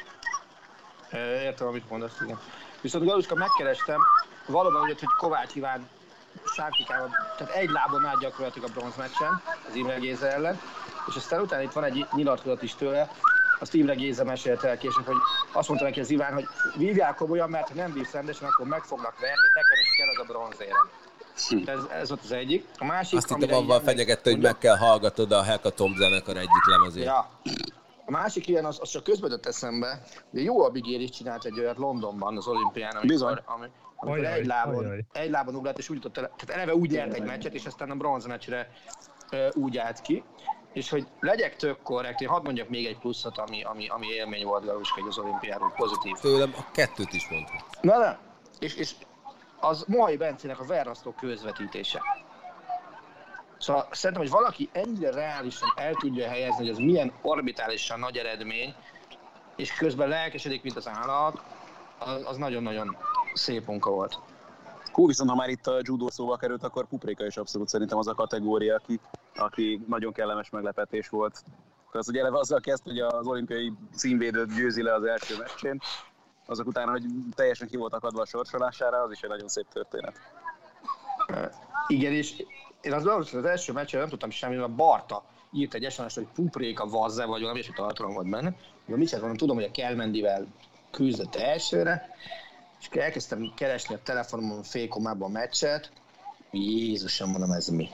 Speaker 6: Értem, amit mondasz, igen. Viszont Galuska, megkerestem, valóban úgy, hogy Kovács Iván sárkikával, tehát egy lábon át gyakorlatilag a bronzmeccsen, az Imre Géza ellen, és aztán utána itt van egy nyilatkozat is tőle, azt Imre Géza mesélte el később, hogy azt mondta neki az Iván, hogy vívjál komolyan, mert ha nem vívsz rendesen, akkor meg fognak verni, nekem is kell az a bronzérem. Ez volt az egyik. A másik,
Speaker 3: azt hittem avval fenyegette, hogy meg kell hallgatod a Hekatomb zenekar egyik lemezét.
Speaker 6: Ja. A másik ilyen, az csak közben jött eszembe, de jó Abigail is csinált egy olyat Londonban az olimpián, amikor egy lábon ugrált, és úgy jutott el, tehát eleve úgy nyert egy meccset, és aztán a bronzmeccsre úgy állt ki. És hogy legyek tök korrekt, én hadd mondjak még egy pluszot, ami élmény volt Galuska az olimpiáról, pozitív.
Speaker 3: Tőlem a kettőt is mondhat.
Speaker 6: Na, és az Mohai Bencének a verrasztó közvetítése. Szóval szerintem, hogy valaki ennyire reálisan el tudja helyezni, hogy ez milyen orbitálisan nagy eredmény, és közben lelkesedik, mint az állat, az nagyon-nagyon szép munka volt.
Speaker 5: Hú, viszont ha már itt a judó szóba került, akkor Pupréka is abszolút szerintem az a kategória, aki nagyon kellemes meglepetés volt. Az ugye eleve azzal kezd, hogy az olimpiai címvédőt győzi le az első meccsén, azok után, hogy teljesen ki volt akadva a sorsolására, az is egy nagyon szép történet.
Speaker 6: Igen, és én az első meccsen nem tudtam semmi, mert Barta írt egy SMS-t, hogy Pupréka vazze, vagy valami, és hogy tartalom volt benne. Mit mondom, tudom, hogy a Kelmendivel küzdött elsőre, és elkezdtem keresni a telefonomon félkomában a meccset. Jézusom, mondom, ez mi?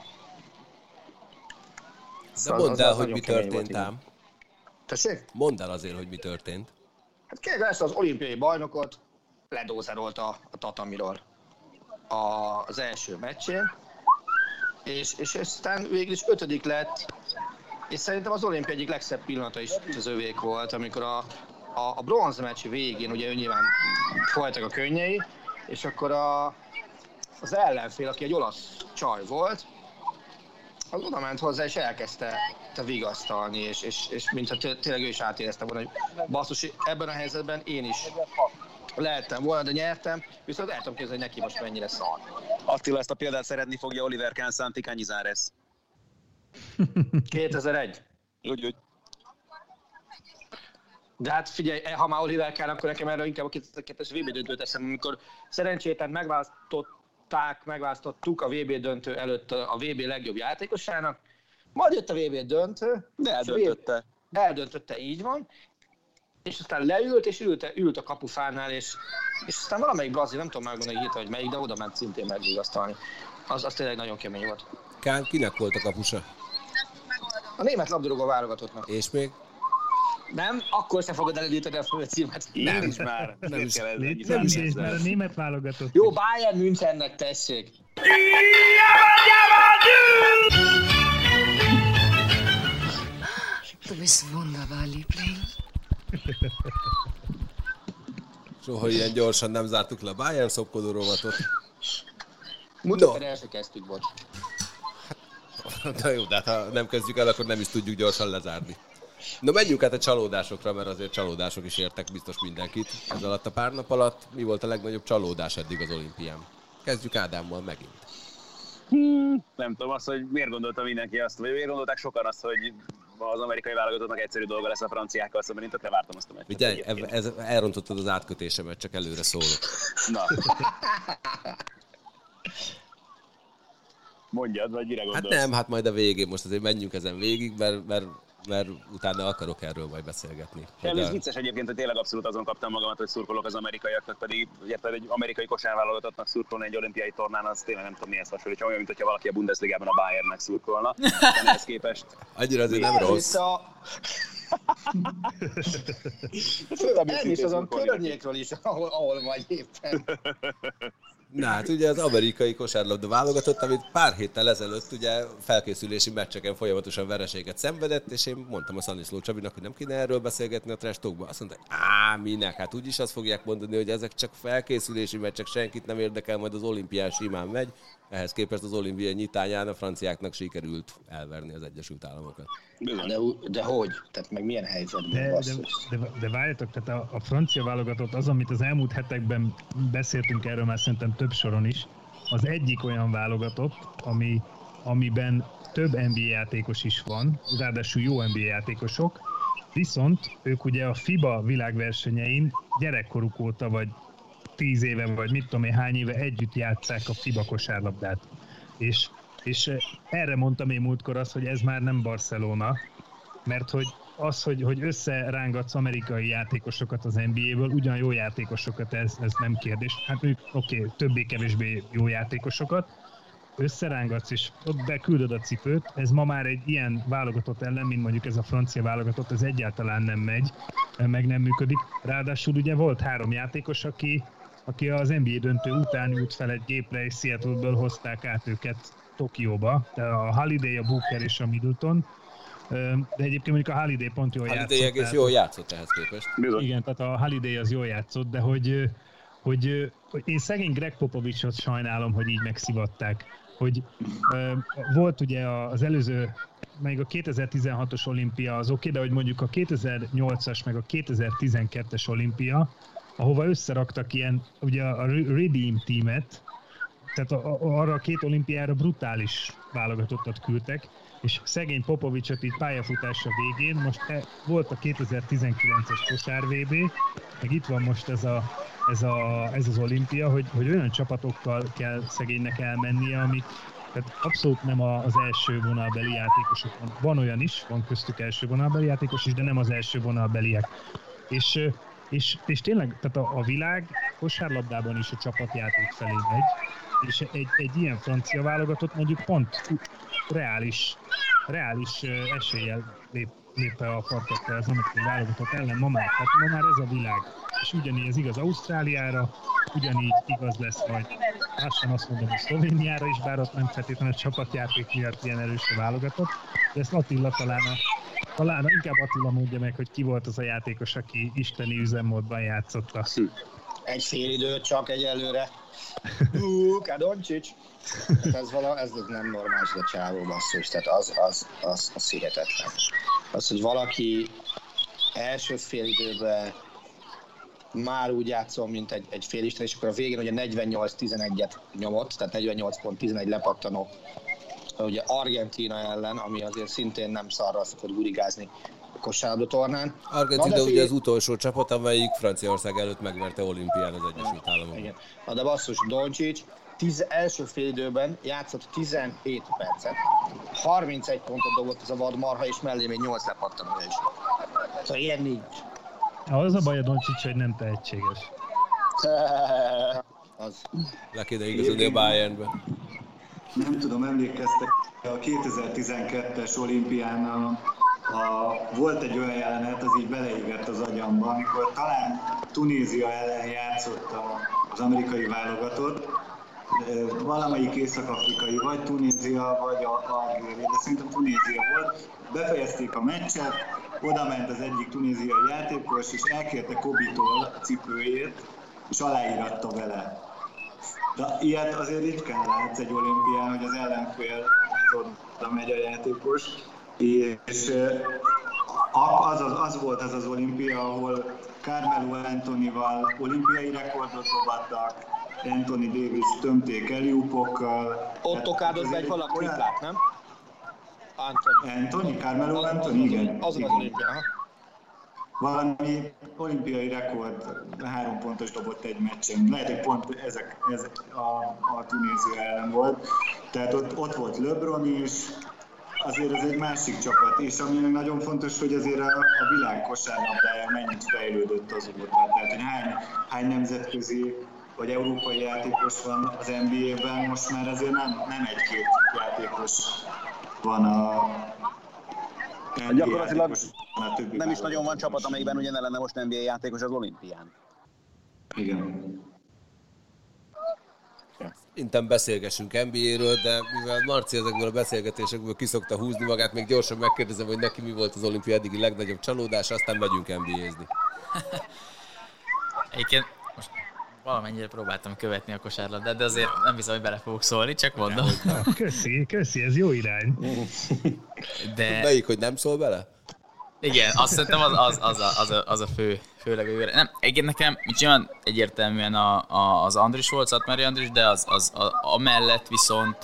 Speaker 3: De mondd el, hogy mi történt ám.
Speaker 6: Tessék?
Speaker 3: Mondd el azért, hogy mi történt.
Speaker 6: Hát kérlek, ezt az olimpiai bajnokot ledózerolt a tatamiról az első meccsén, és aztán végül is 5. lett, és szerintem az olimpia egyik legszebb pillanata is az övék volt, amikor a bronzmeccs végén, ugye ő nyilván folytak a könnyei, és akkor az ellenfél, aki egy olasz csaj volt, az oda ment hozzá, és elkezdte vigasztalni, és mintha tényleg ő is átérezte volna, hogy basszus, ebben a helyzetben én is lehettem volna, de nyertem, viszont el tudom képzelni, hogy neki most mennyire szar.
Speaker 5: Attila, ezt a példát szeretni fogja Oliver Kahn Santi Cañizares.
Speaker 6: 2001.
Speaker 5: Úgy.
Speaker 6: De hát figyelj, ha már Oliver Kahn, akkor nekem erről inkább a 2002-es VB döntőt eszem, amikor szerencsétlen megválasztottuk a VB döntő előtt a VB legjobb játékosának, majd jött a VB döntő,
Speaker 5: de
Speaker 6: eldöntötte, így van, és aztán leült, és ült a kapufánál, és aztán valamelyik brazil, nem tudom megmondani, hogy hogy melyik, de oda ment szintén megvigasztalni. Az tényleg nagyon kemény volt.
Speaker 3: Kahn kinek volt a kapusa?
Speaker 6: A német labdarúgó válogatottnak.
Speaker 3: És még?
Speaker 6: Nem, akkor se fogod elindítani a főcímet.
Speaker 5: Nem is már. Nem
Speaker 7: is már a német válogatott.
Speaker 6: Jó, Bayern Münchennek tessék.
Speaker 9: Du bist wunderbar, Liebling.
Speaker 3: Soha ilyen gyorsan nem zártuk le a Bayern szopkodó rovatot.
Speaker 6: Mutatni el se kezdtük, bocs.
Speaker 3: Na jó, de hát ha nem kezdjük el, akkor nem is tudjuk gyorsan lezárni. Na menjünk át a csalódásokra, mert azért csalódások is értek biztos mindenkit. Ez alatt a pár nap alatt mi volt a legnagyobb csalódás eddig az olimpián? Kezdjük Ádámmal megint.
Speaker 5: Nem tudom azt, hogy miért gondolta mindenki azt, vagy miért gondolták sokan azt, hogy az amerikai válogatottnak egyszerű dolga lesz a franciákkal szemben, én tökre vártam azt a meccset.
Speaker 3: Ugye, elrontottad az átkötésemet, csak előre szólok.
Speaker 5: Na. Mondjad, vagy mire gondolsz?
Speaker 3: Hát nem, hát majd a végén, most azért menjünk ezen végig, mert utána akarok erről majd beszélgetni.
Speaker 5: Ez vicces egyébként, hogy tényleg abszolút azon kaptam magamat, hogy szurkolok az amerikaiaknak, pedig érted, egy amerikai kosárválogatottnak szurkolni egy olimpiai tornán, az tényleg nem tudom mihez hasonlítja, olyan, mint hogyha valaki a Bundesligában a Bayernnek szurkolna. De ehhez képest...
Speaker 3: Annyira azért nem rossz.
Speaker 6: Nem is azon környékről is, ahol vagy éppen.
Speaker 3: Na hát ugye az amerikai kosárlabda válogatott, amit pár héttel ezelőtt ugye felkészülési meccseken folyamatosan vereséget szenvedett, és én mondtam a Szaniszló Csabinak, hogy nem kéne erről beszélgetni a trash talkban. Azt mondta, minek, hát úgyis azt fogják mondani, hogy ezek csak felkészülési meccsek, senkit nem érdekel, majd az olimpián simán megy. Ehhez képest az olimpia nyitányán a franciáknak sikerült elverni az Egyesült Államokat.
Speaker 6: De hogy? Tehát meg milyen helyzetben
Speaker 7: de várjatok, tehát a francia válogatott az, amit az elmúlt hetekben beszéltünk erről már szerintem több soron is, az egyik olyan válogatott, amiben több NBA játékos is van, ráadásul jó NBA játékosok, viszont ők ugye a FIBA világversenyein gyerekkoruk óta, vagy 10 éve, vagy mit tudom én hány éve együtt játsszák a FIBA kosárlabdát. És erre mondtam én múltkor azt, hogy ez már nem Barcelona, mert hogy összerángatsz amerikai játékosokat az NBA-ből, ugyan jó játékosokat, ez nem kérdés. Hát ők többé-kevésbé jó játékosokat, összerángatsz és ott beküldöd a cipőt, ez ma már egy ilyen válogatott ellen, mint mondjuk ez a francia válogatott, ez egyáltalán nem megy, meg nem működik. Ráadásul ugye volt 3 játékos, aki az NBA döntő után jut fel egy gépre, és Seattle-ből hozták át őket Tokióba, a Holiday, a Booker és a Middleton, de egyébként mondjuk a Holiday pont jól játszott.
Speaker 3: Holiday egész jól játszott ehhez képest.
Speaker 7: Igen, tehát a Holiday az jól játszott, de hogy én szegény Greg Popovichot sajnálom, hogy így megszivatták. Hogy volt ugye az előző, meg a 2016-os olimpia az oké, de hogy mondjuk a 2008-as meg a 2012-es olimpia, ahova összeraktak ilyen, ugye a Redeem Teamet, tehát arra a 2 olimpiára brutális válogatottat küldtek, és szegény Popovichot itt pályafutása végén, most volt a 2019-es kosár VB, meg itt van most ez az olimpia, hogy olyan csapatokkal kell szegénynek elmennie, amik tehát abszolút nem az első vonalbeli játékosok. Van olyan is, van köztük első vonalbeli játékos is, de nem az első vonalbeliek. És tényleg, tehát a világ kosárlabdában is a csapatjáték felé megy, és egy ilyen francia válogatott mondjuk pont reális eséllyel lép a parkettre az amerikai válogatott ellen ma már ez a világ. És ugyanígy ez igaz Ausztráliára, ugyanígy igaz lesz majd, lassan azt mondom, hogy Szlovéniára is, bár ott nem feltétlenül a csapatjáték miatt ilyen erős a válogatott, de ezt Attila talán inkább Attila mondja meg, hogy ki volt az a játékos, aki isteni üzemmódban játszotta.
Speaker 6: Egy fél idő csak egyelőre. Luka Doncic. Ez nem normális, de csávó basszus, tehát az hihetetlen. Az, hogy valaki első fél időben már úgy játszol, mint egy félisten, és akkor a végén ugye 48-11-et nyomott, tehát 48.11 lepattanó ugye Argentína ellen, ami azért szintén nem szarra szokott gurigázni a kosárlabda tornán.
Speaker 3: Argentína ugye az utolsó csapat, amelyik Franciaország előtt megverte olimpián az Egyesült Államok.
Speaker 6: Igen. Na de basszus, Doncic első fél időben játszott 17 percet. 31 pontot dobott ez a vadmarha, és mellé még 8 lepattanó is. Szóval ilyen nincs.
Speaker 7: Az a baj a Doncic, hogy nem tehetséges.
Speaker 6: Az.
Speaker 3: Le kéne igazodni a Bayernbe.
Speaker 8: Nem tudom, emlékeztek, a 2012-es olimpián volt egy olyan jelenet, az így beleégett az agyamba, amikor talán Tunézia ellen játszott az amerikai válogatott, valamelyik észak-afrikai, vagy Tunézia, vagy Algéria, de szerintem Tunézia volt. Befejezték a meccset, oda ment az egyik tunéziai játékos, és elkérte Kobitól a cipőjét, és aláíratta vele. De ilyet azért ritkán látsz egy olimpián, hogy az ellenfél oda megy a játékos, és Az volt az olimpia, ahol Carmelo Anthonyval olimpiai rekordot dobattak, Anthony Davis tömték eljúpokkal.
Speaker 6: Ott okádott be egy valaki triplát, nem?
Speaker 8: Anthony, Carmelo Anthony, igen.
Speaker 6: Azon az olimpia,
Speaker 8: Valami olimpiai rekord, 3 pontos dobott egy meccsen. Lehet, hogy pont ez a Tunézia ellen volt. Tehát ott volt LeBron is, azért ez egy másik csapat, és ami nagyon fontos, hogy azért a világ kosárlabdája mennyit fejlődött azóta. Tehát, hogy hány nemzetközi vagy európai játékos van az NBA-ben, most már azért nem egy-két játékos van
Speaker 10: gyakorlatilag nem is nagyon van csapat, amelyikben ugye ne lenne most NBA játékos az olimpián.
Speaker 8: Igen.
Speaker 3: Intem beszélgessünk NBA-ről, de mivel Marci ezekből a beszélgetésekből ki szokta húzni magát, még gyorsan megkérdezem, hogy neki mi volt az olimpia eddigi legnagyobb csalódás, aztán megyünk NBA-zni.
Speaker 4: Egyébként most valamennyire próbáltam követni a kosárlabdát, de azért nem hiszem, hogy bele fogok szólni, csak mondom.
Speaker 7: Köszi, ez jó irány.
Speaker 4: De...
Speaker 3: Melyik, hogy nem szól bele?
Speaker 4: Igen, azt szerintem az a főleg a nem, egyébként nekem nyilván egyértelműen az Andris volt, Szatmári Andris, de az amellett viszont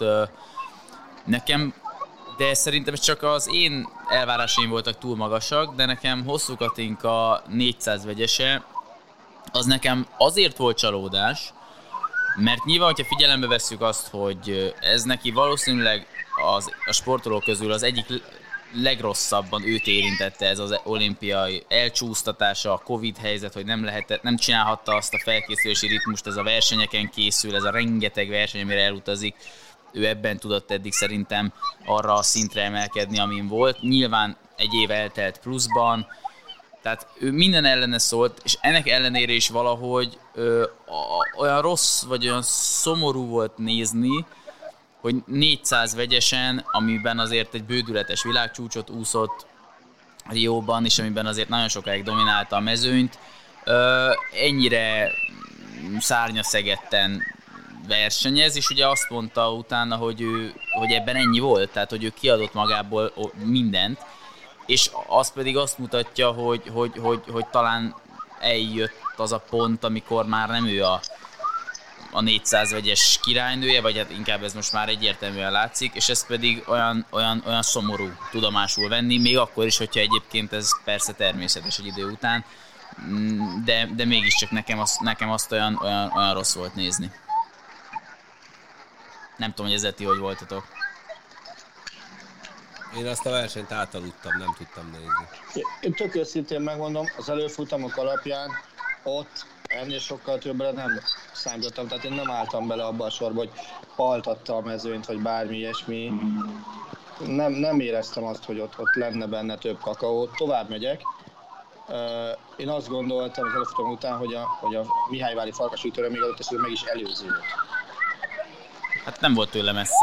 Speaker 4: nekem, de szerintem csak az én elvárásaim voltak túl magasak, de nekem Hosszú Katinka 400 vegyese, az nekem azért volt csalódás, mert nyilván, hogyha figyelembe vesszük azt, hogy ez neki valószínűleg a sportolók közül az egyik legrosszabban őt érintette ez az olimpiai elcsúsztatása, a Covid helyzet, hogy nem csinálhatta azt a felkészülési ritmust, ez a versenyeken készül, ez a rengeteg verseny, amire elutazik, ő ebben tudott eddig szerintem arra a szintre emelkedni, amin volt. Nyilván egy év eltelt pluszban, tehát ő minden ellene szólt, és ennek ellenére is valahogy olyan rossz, vagy olyan szomorú volt nézni, hogy 400 vegyesen, amiben azért egy bődületes világcsúcsot úszott Rióban, és amiben azért nagyon sokáig dominálta a mezőnyt, ennyire szárnyaszegetten versenyez, és ugye azt mondta utána, hogy ebben ennyi volt, tehát hogy ő kiadott magából mindent, és az pedig azt mutatja, hogy talán eljött az a pont, amikor már nem ő a 400 vegyes királynője, vagy hát inkább ez most már egyértelműen látszik, és ez pedig olyan szomorú tudomásul venni, még akkor is, hogyha egyébként ez persze természetes egy idő után, de mégiscsak nekem azt olyan rossz volt nézni. Nem tudom, hogy ezzel ti hogy voltatok.
Speaker 3: Én azt a versenyt átaludtam, nem tudtam nézni.
Speaker 6: Én tök őszintén megmondom, az előfutamok alapján ott ennél sokkal többre nem számítottam, tehát én nem álltam bele abba a sorba, hogy altatta a mezőnyt, vagy bármi ilyesmi. Nem éreztem azt, hogy ott lenne benne több kakaó. Tovább megyek. Én azt gondoltam az előfutam után, hogy a Mihályvári farkasütőre még adott esetben meg is előző volt.
Speaker 4: Hát nem volt tőle messze.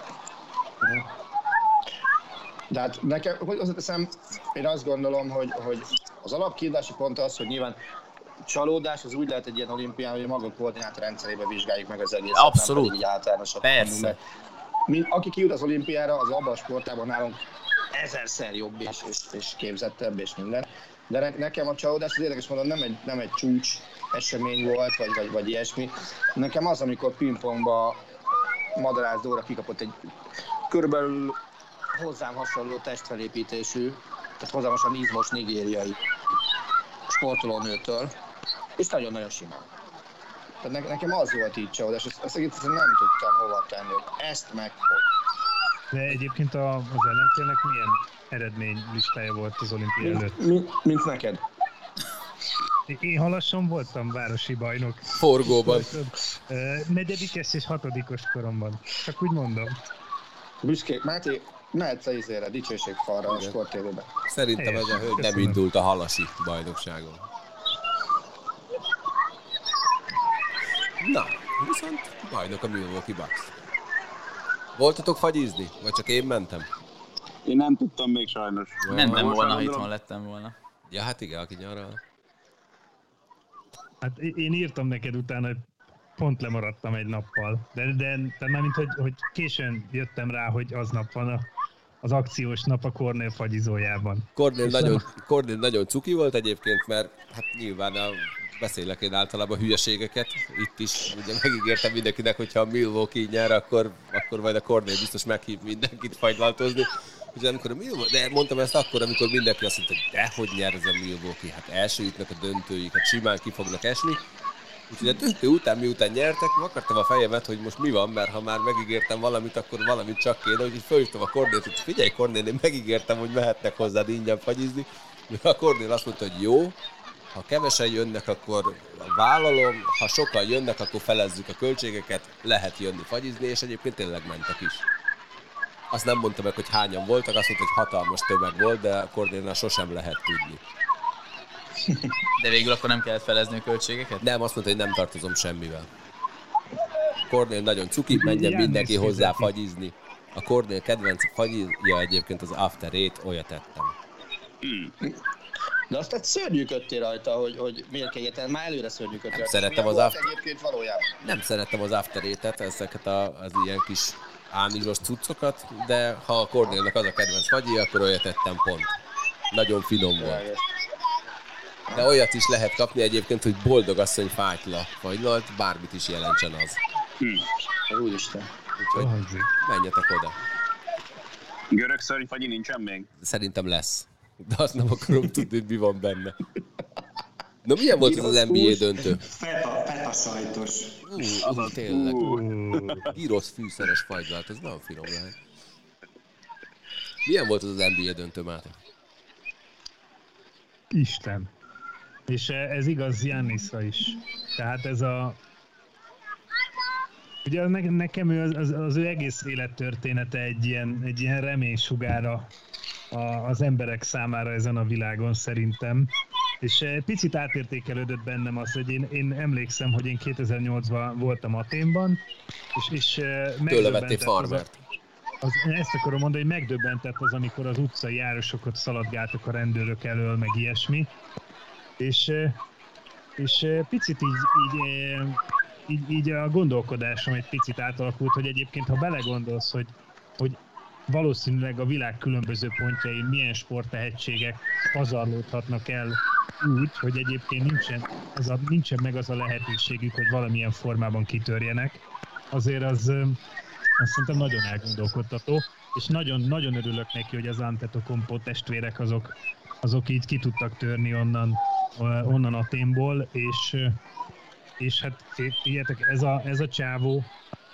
Speaker 6: De hát nekem, hogy teszem, én azt gondolom, hogy az alapkiindulási pont az, hogy nyilván csalódás az úgy lehet egy ilyen olimpián, hogy a maga koordinátor rendszerében vizsgáljuk meg az egészet.
Speaker 4: Abszolút.
Speaker 6: Így általánosan.
Speaker 4: Persze.
Speaker 6: Aki kijut az olimpiára, az abban a sportában nálunk 1000-szer jobb és képzettebb és minden. De nekem a csalódás, az érdekes mondom, nem egy csúcs esemény volt, vagy ilyesmi. Nekem az, amikor pingpongba Madarász Dóra kikapott egy körülbelül hozzám hasonló testfelépítésű, tehát hozzám hasonló izmos nigériai sportolónőtől, és nagyon-nagyon simán. Tehát nekem az volt így csalódás, ezt egészen nem tudtam hova tenni, hogy ezt meg hogy.
Speaker 7: De egyébként az ellenfélnek milyen eredmény listája volt az olimpia előtt?
Speaker 6: Mint neked.
Speaker 7: Én Halasson voltam városi bajnok.
Speaker 3: Forgóban.
Speaker 7: 4-es és 6. koromban. Csak úgy mondom.
Speaker 6: Büszkék, Máté, mehetsz a izére, dicsőségfalra a Sport TV-ben.
Speaker 3: Szerintem ez a hölgy nem indult a halasi bajnokságon. Na, viszont bajnok a Milwaukee Bucks. Voltatok fagyizni? Vagy csak én mentem?
Speaker 10: Én nem tudtam még sajnos.
Speaker 4: Mentem volna, ha itthon lettem volna.
Speaker 3: Ja, hát igen, aki nyaral.
Speaker 7: Hát én írtam neked utána, hogy pont lemaradtam egy nappal. De mármint, hogy későn jöttem rá, hogy aznap van az akciós nap a Cornél fagyizójában.
Speaker 3: Cornél nagyon cuki volt egyébként, mert hát nyilván beszélek én általában hülyeségeket. Itt is ugye megígértem mindenkinek, hogyha a Milwaukee nyer, akkor majd a Cornél biztos meghív mindenkit fagylaltozni. Úgyhogy amikor de mondtam ezt akkor, amikor mindenki azt mondta, hogy dehogy nyer ez a Milwaukee, hát első jutnak a döntőik, hát simán ki fognak esni. Úgyhogy a döntő után, miután nyertek, akartam a fejemet, hogy most mi van, mert ha már megígértem valamit, akkor valamit csak kéne. Úgyhogy fölhívtam a Cornélt, hogy figyelj Cornél, én megígértem, hogy mehetnek hozzád ingyen fagyizni. A Cornél azt mondta, hogy jó, ha kevesen jönnek, akkor vállalom, ha sokan jönnek, akkor felezzük a költségeket, lehet jönni fagyizni, és egyébként tényleg mentek is. Azt nem mondta meg, hogy hányan voltak, azt mondta, hogy hatalmas tömeg volt, de a Cornélnál sosem lehet tudni.
Speaker 4: De végül akkor nem kellett felezni a költségeket?
Speaker 3: Nem, azt mondta, hogy nem tartozom semmivel. Cornél nagyon cuki, menjen mindenki hozzá fagyizni. A Cornél kedvenc fagyizja egyébként az After Eight, olyat ettem.
Speaker 6: De azt egy szörnyűködtél rajta, hogy miért kell érteni, már előre szörnyűködtél.
Speaker 3: Nem szerettem az Nem szerettem az After Eight-et, ezeket az ilyen kis ánizsos cuccokat, de ha a Cornélnak az a kedvenc fagyi, akkor olyat ettem pont. Nagyon finom volt. De olyat is lehet kapni egyébként, hogy boldogasszony fájtla fagylalt, bármit is jelentsen az.
Speaker 6: Úristen.
Speaker 3: Úgyhogy menjetek oda.
Speaker 5: Görög szörnyfagyi nincsen még?
Speaker 3: Szerintem lesz. De azt nem akarom tudni, hogy mi van benne. Na milyen volt az NBA döntő?
Speaker 8: Feta sajtos.
Speaker 3: Tényleg. Gyrosz fűszeres fagylalt, ez nagyon finom lehet. Milyen volt az NBA döntő, Máté?
Speaker 7: Isten. És ez igaz Giannisra is. Tehát ez a... Ugye nekem az ő egész élettörténete egy ilyen reménysugára az emberek számára ezen a világon szerintem. És picit átértékelődött bennem az, hogy én emlékszem, hogy én 2008-ban voltam Athénban, és
Speaker 3: tőle vettél farmert.
Speaker 7: Ezt akarom mondani, hogy megdöbbentett az, amikor az utcai járosokat szaladgáltak a rendőrök elől, meg ilyesmi. És picit így a gondolkodásom egy picit átalakult, hogy egyébként, ha belegondolsz, hogy valószínűleg a világ különböző pontjain milyen sporttehetségek pazarlódhatnak el úgy, hogy egyébként nincsen meg az a lehetőségük, hogy valamilyen formában kitörjenek, azért az szerintem nagyon elgondolkodtató, és nagyon, nagyon örülök neki, hogy az Antetokounmpo testvérek azok így ki tudtak törni onnan Athénból, és hát ilyetek, ez a csávó,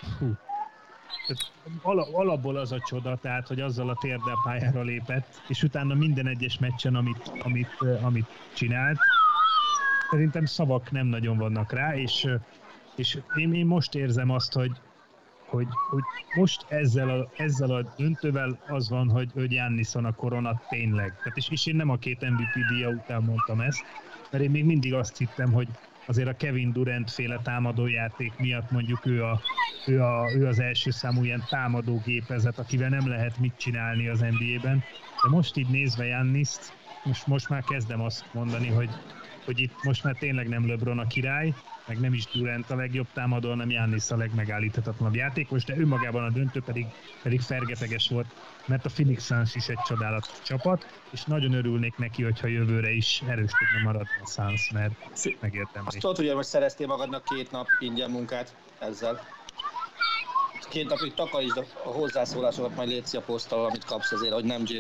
Speaker 7: alapból az a csoda, tehát, hogy azzal a térdel pályára lépett, és utána minden egyes meccsen, amit csinált, szerintem szavak nem nagyon vannak rá, és én most érzem azt, hogy most ezzel a döntővel az van, hogy Giannison a korona tényleg. Tehát és én nem a 2 MVP díja után mondtam ezt, mert én még mindig azt hittem, hogy azért a Kevin Durant féle támadójáték miatt mondjuk ő az első számú ilyen támadógépezet, akivel nem lehet mit csinálni az NBA-ben. De most így nézve Giannist, most már kezdem azt mondani, hogy itt most már tényleg nem LeBron a király, meg nem is Durant a legjobb támadó, hanem Giannis a legmegállíthatatlanabb játékos, de önmagában a döntő pedig fergeteges volt, mert a Phoenix Suns is egy csodálatos csapat, és nagyon örülnék neki, hogyha jövőre is erős tudna maradni a Suns, mert megértem.
Speaker 6: Azt tudod, hogy most szereztél magadnak 2 nap ingyen munkát ezzel? 2 napig takarítsd a hozzászólásokat, majd létszi a poszttal, amit kapsz azért, hogy nem.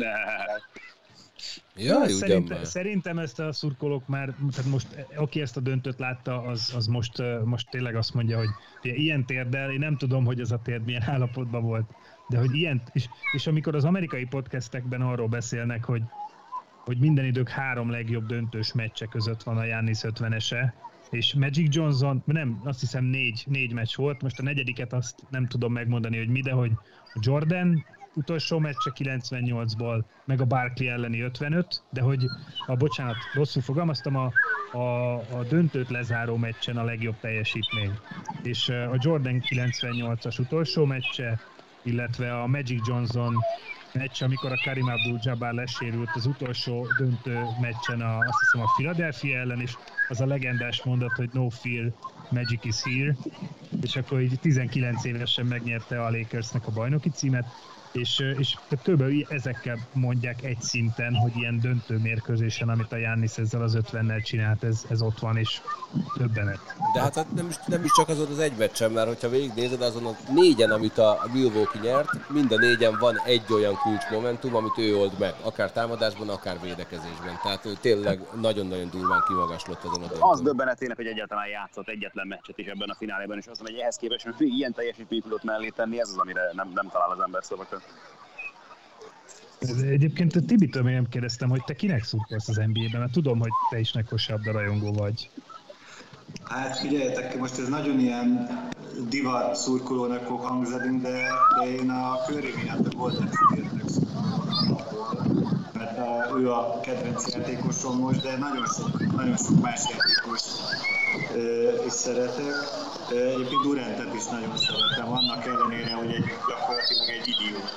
Speaker 3: Ja,
Speaker 7: szerintem ezt a szurkolók már, tehát most aki ezt a döntőt látta, az most tényleg azt mondja, hogy ilyen térdel, én nem tudom, hogy ez a térd milyen állapotban volt, de hogy ilyen, és amikor az amerikai podcastekben arról beszélnek, hogy minden idők 3 legjobb döntős meccse között van a Giannis 50-ese, és Magic Johnson, nem, azt hiszem 4 meccs volt, most a 4. azt nem tudom megmondani, hogy mi, de hogy Jordan utolsó meccse 98-ból, meg a Barkley elleni 55, de hogy, bocsánat, rosszul fogalmaztam, a döntőt lezáró meccsen a legjobb teljesítmény. És a Jordan 98-as utolsó meccse, illetve a Magic Johnson meccs, amikor a Kareem Abdul-Jabbar lesérült az utolsó döntő meccsen azt hiszem a Philadelphia ellen, és az a legendás mondat, hogy no fear, Magic is here, és akkor így 19 évesen megnyerte a Lakersnek a bajnoki címet. és körülbelül ezekkel mondják egy szinten, hogy ilyen döntő mérkőzésen, amit a Giannis ezzel az 50-nel csinált, ez ott van, és döbbenet.
Speaker 3: De hát nem is csak azon az egy meccsen, mert hogyha végignézed, azon a 4-en, amit a Milwaukee nyert, mind a 4-en van egy olyan kulcsmomentum, amit ő old meg, akár támadásban, akár védekezésben. Tehát ő tényleg nagyon-nagyon durván kimagaslott azon a döntőn.
Speaker 10: Az döbbenet tényleg, hogy egyáltalán játszott egyetlen meccset is ebben a finálében, és azt mondom, hogy ehhez képest, hogy ilyen teljesítményt tudott mellé tenni, ez az, amire nem talál az ember szavakat.
Speaker 7: Egyébként a Tibitől még nem kérdeztem, hogy te kinek szurkolsz az NBA-ben, mert tudom, hogy te is kosárlabda rajongó vagy.
Speaker 8: Hát figyeljetek, most ez nagyon ilyen divat szurkolónak fog hangzani, de én a Curry miatt a Golden State-nek szurkolom, mert ő a kedvenc játékosom most, de nagyon sok más játékos is szeretek. Egyébként Durantet is nagyon szeretem, annak ellenére, hogy gyakorlatilag egy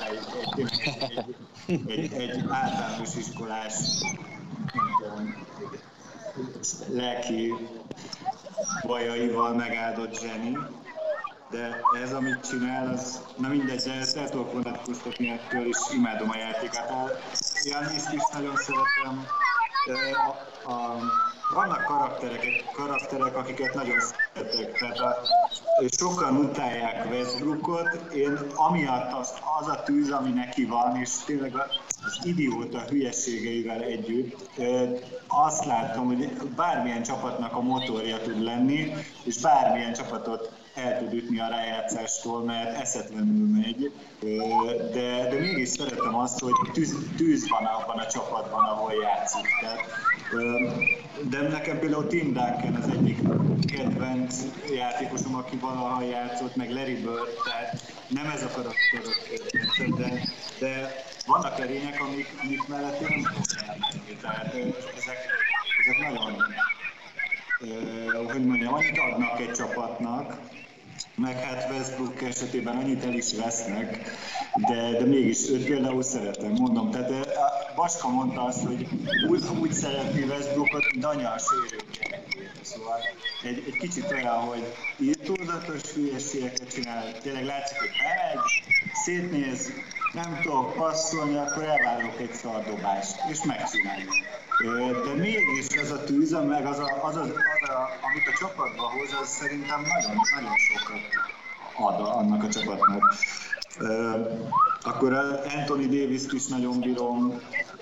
Speaker 8: idióta, egy általános iskolás, lelki bajaival megáldott zseni, de ez, amit csinál, az, na mindegy, de ezt el tudok vonatkoztatni ettől, és imádom a játékát. Giannist is nagyon szeretem. Vannak karakterek, akiket nagyon szeretek, tehát sokan utálják Westbrookot, én amiatt az a tűz, ami neki van, és tényleg az idióta hülyeségeivel együtt, azt látom, hogy bármilyen csapatnak a motorja tud lenni, és bármilyen csapatot el tud ütni a rájátszástól, mert eszetlenül megy, de mégis szeretem azt, hogy tűz van abban a csapatban, ahol játszik. Tehát, de nekem például Tim Duncan az egyik kedvenc játékosom, aki valaha játszott, meg Larry Bird, tehát nem ez a karakter, de vannak erények, amik mellett én nem tudok elmenni. Tehát ezek nagyon, hogy mondjam, annyit adnak egy csapatnak, meg hát Westbrook esetében annyit el is vesznek, de mégis őt például szeretem, mondom. Tehát Baska mondta azt, hogy úgy szereti Westbrookot, mint anya a sérült gyerekét. Szóval egy kicsit olyan, hogy írtózatos hülyeségeket csinál, tényleg látszik, hogy elmegy, szétnéz, nem tudok passzolni, akkor elvállalok egy szardobást, és megcsináljuk. De mégis ez a tűz, meg az, amit a csapatba hoz, az szerintem nagyon sokat ad annak a csapatnak. Akkor Anthony Davis-t is nagyon bírom,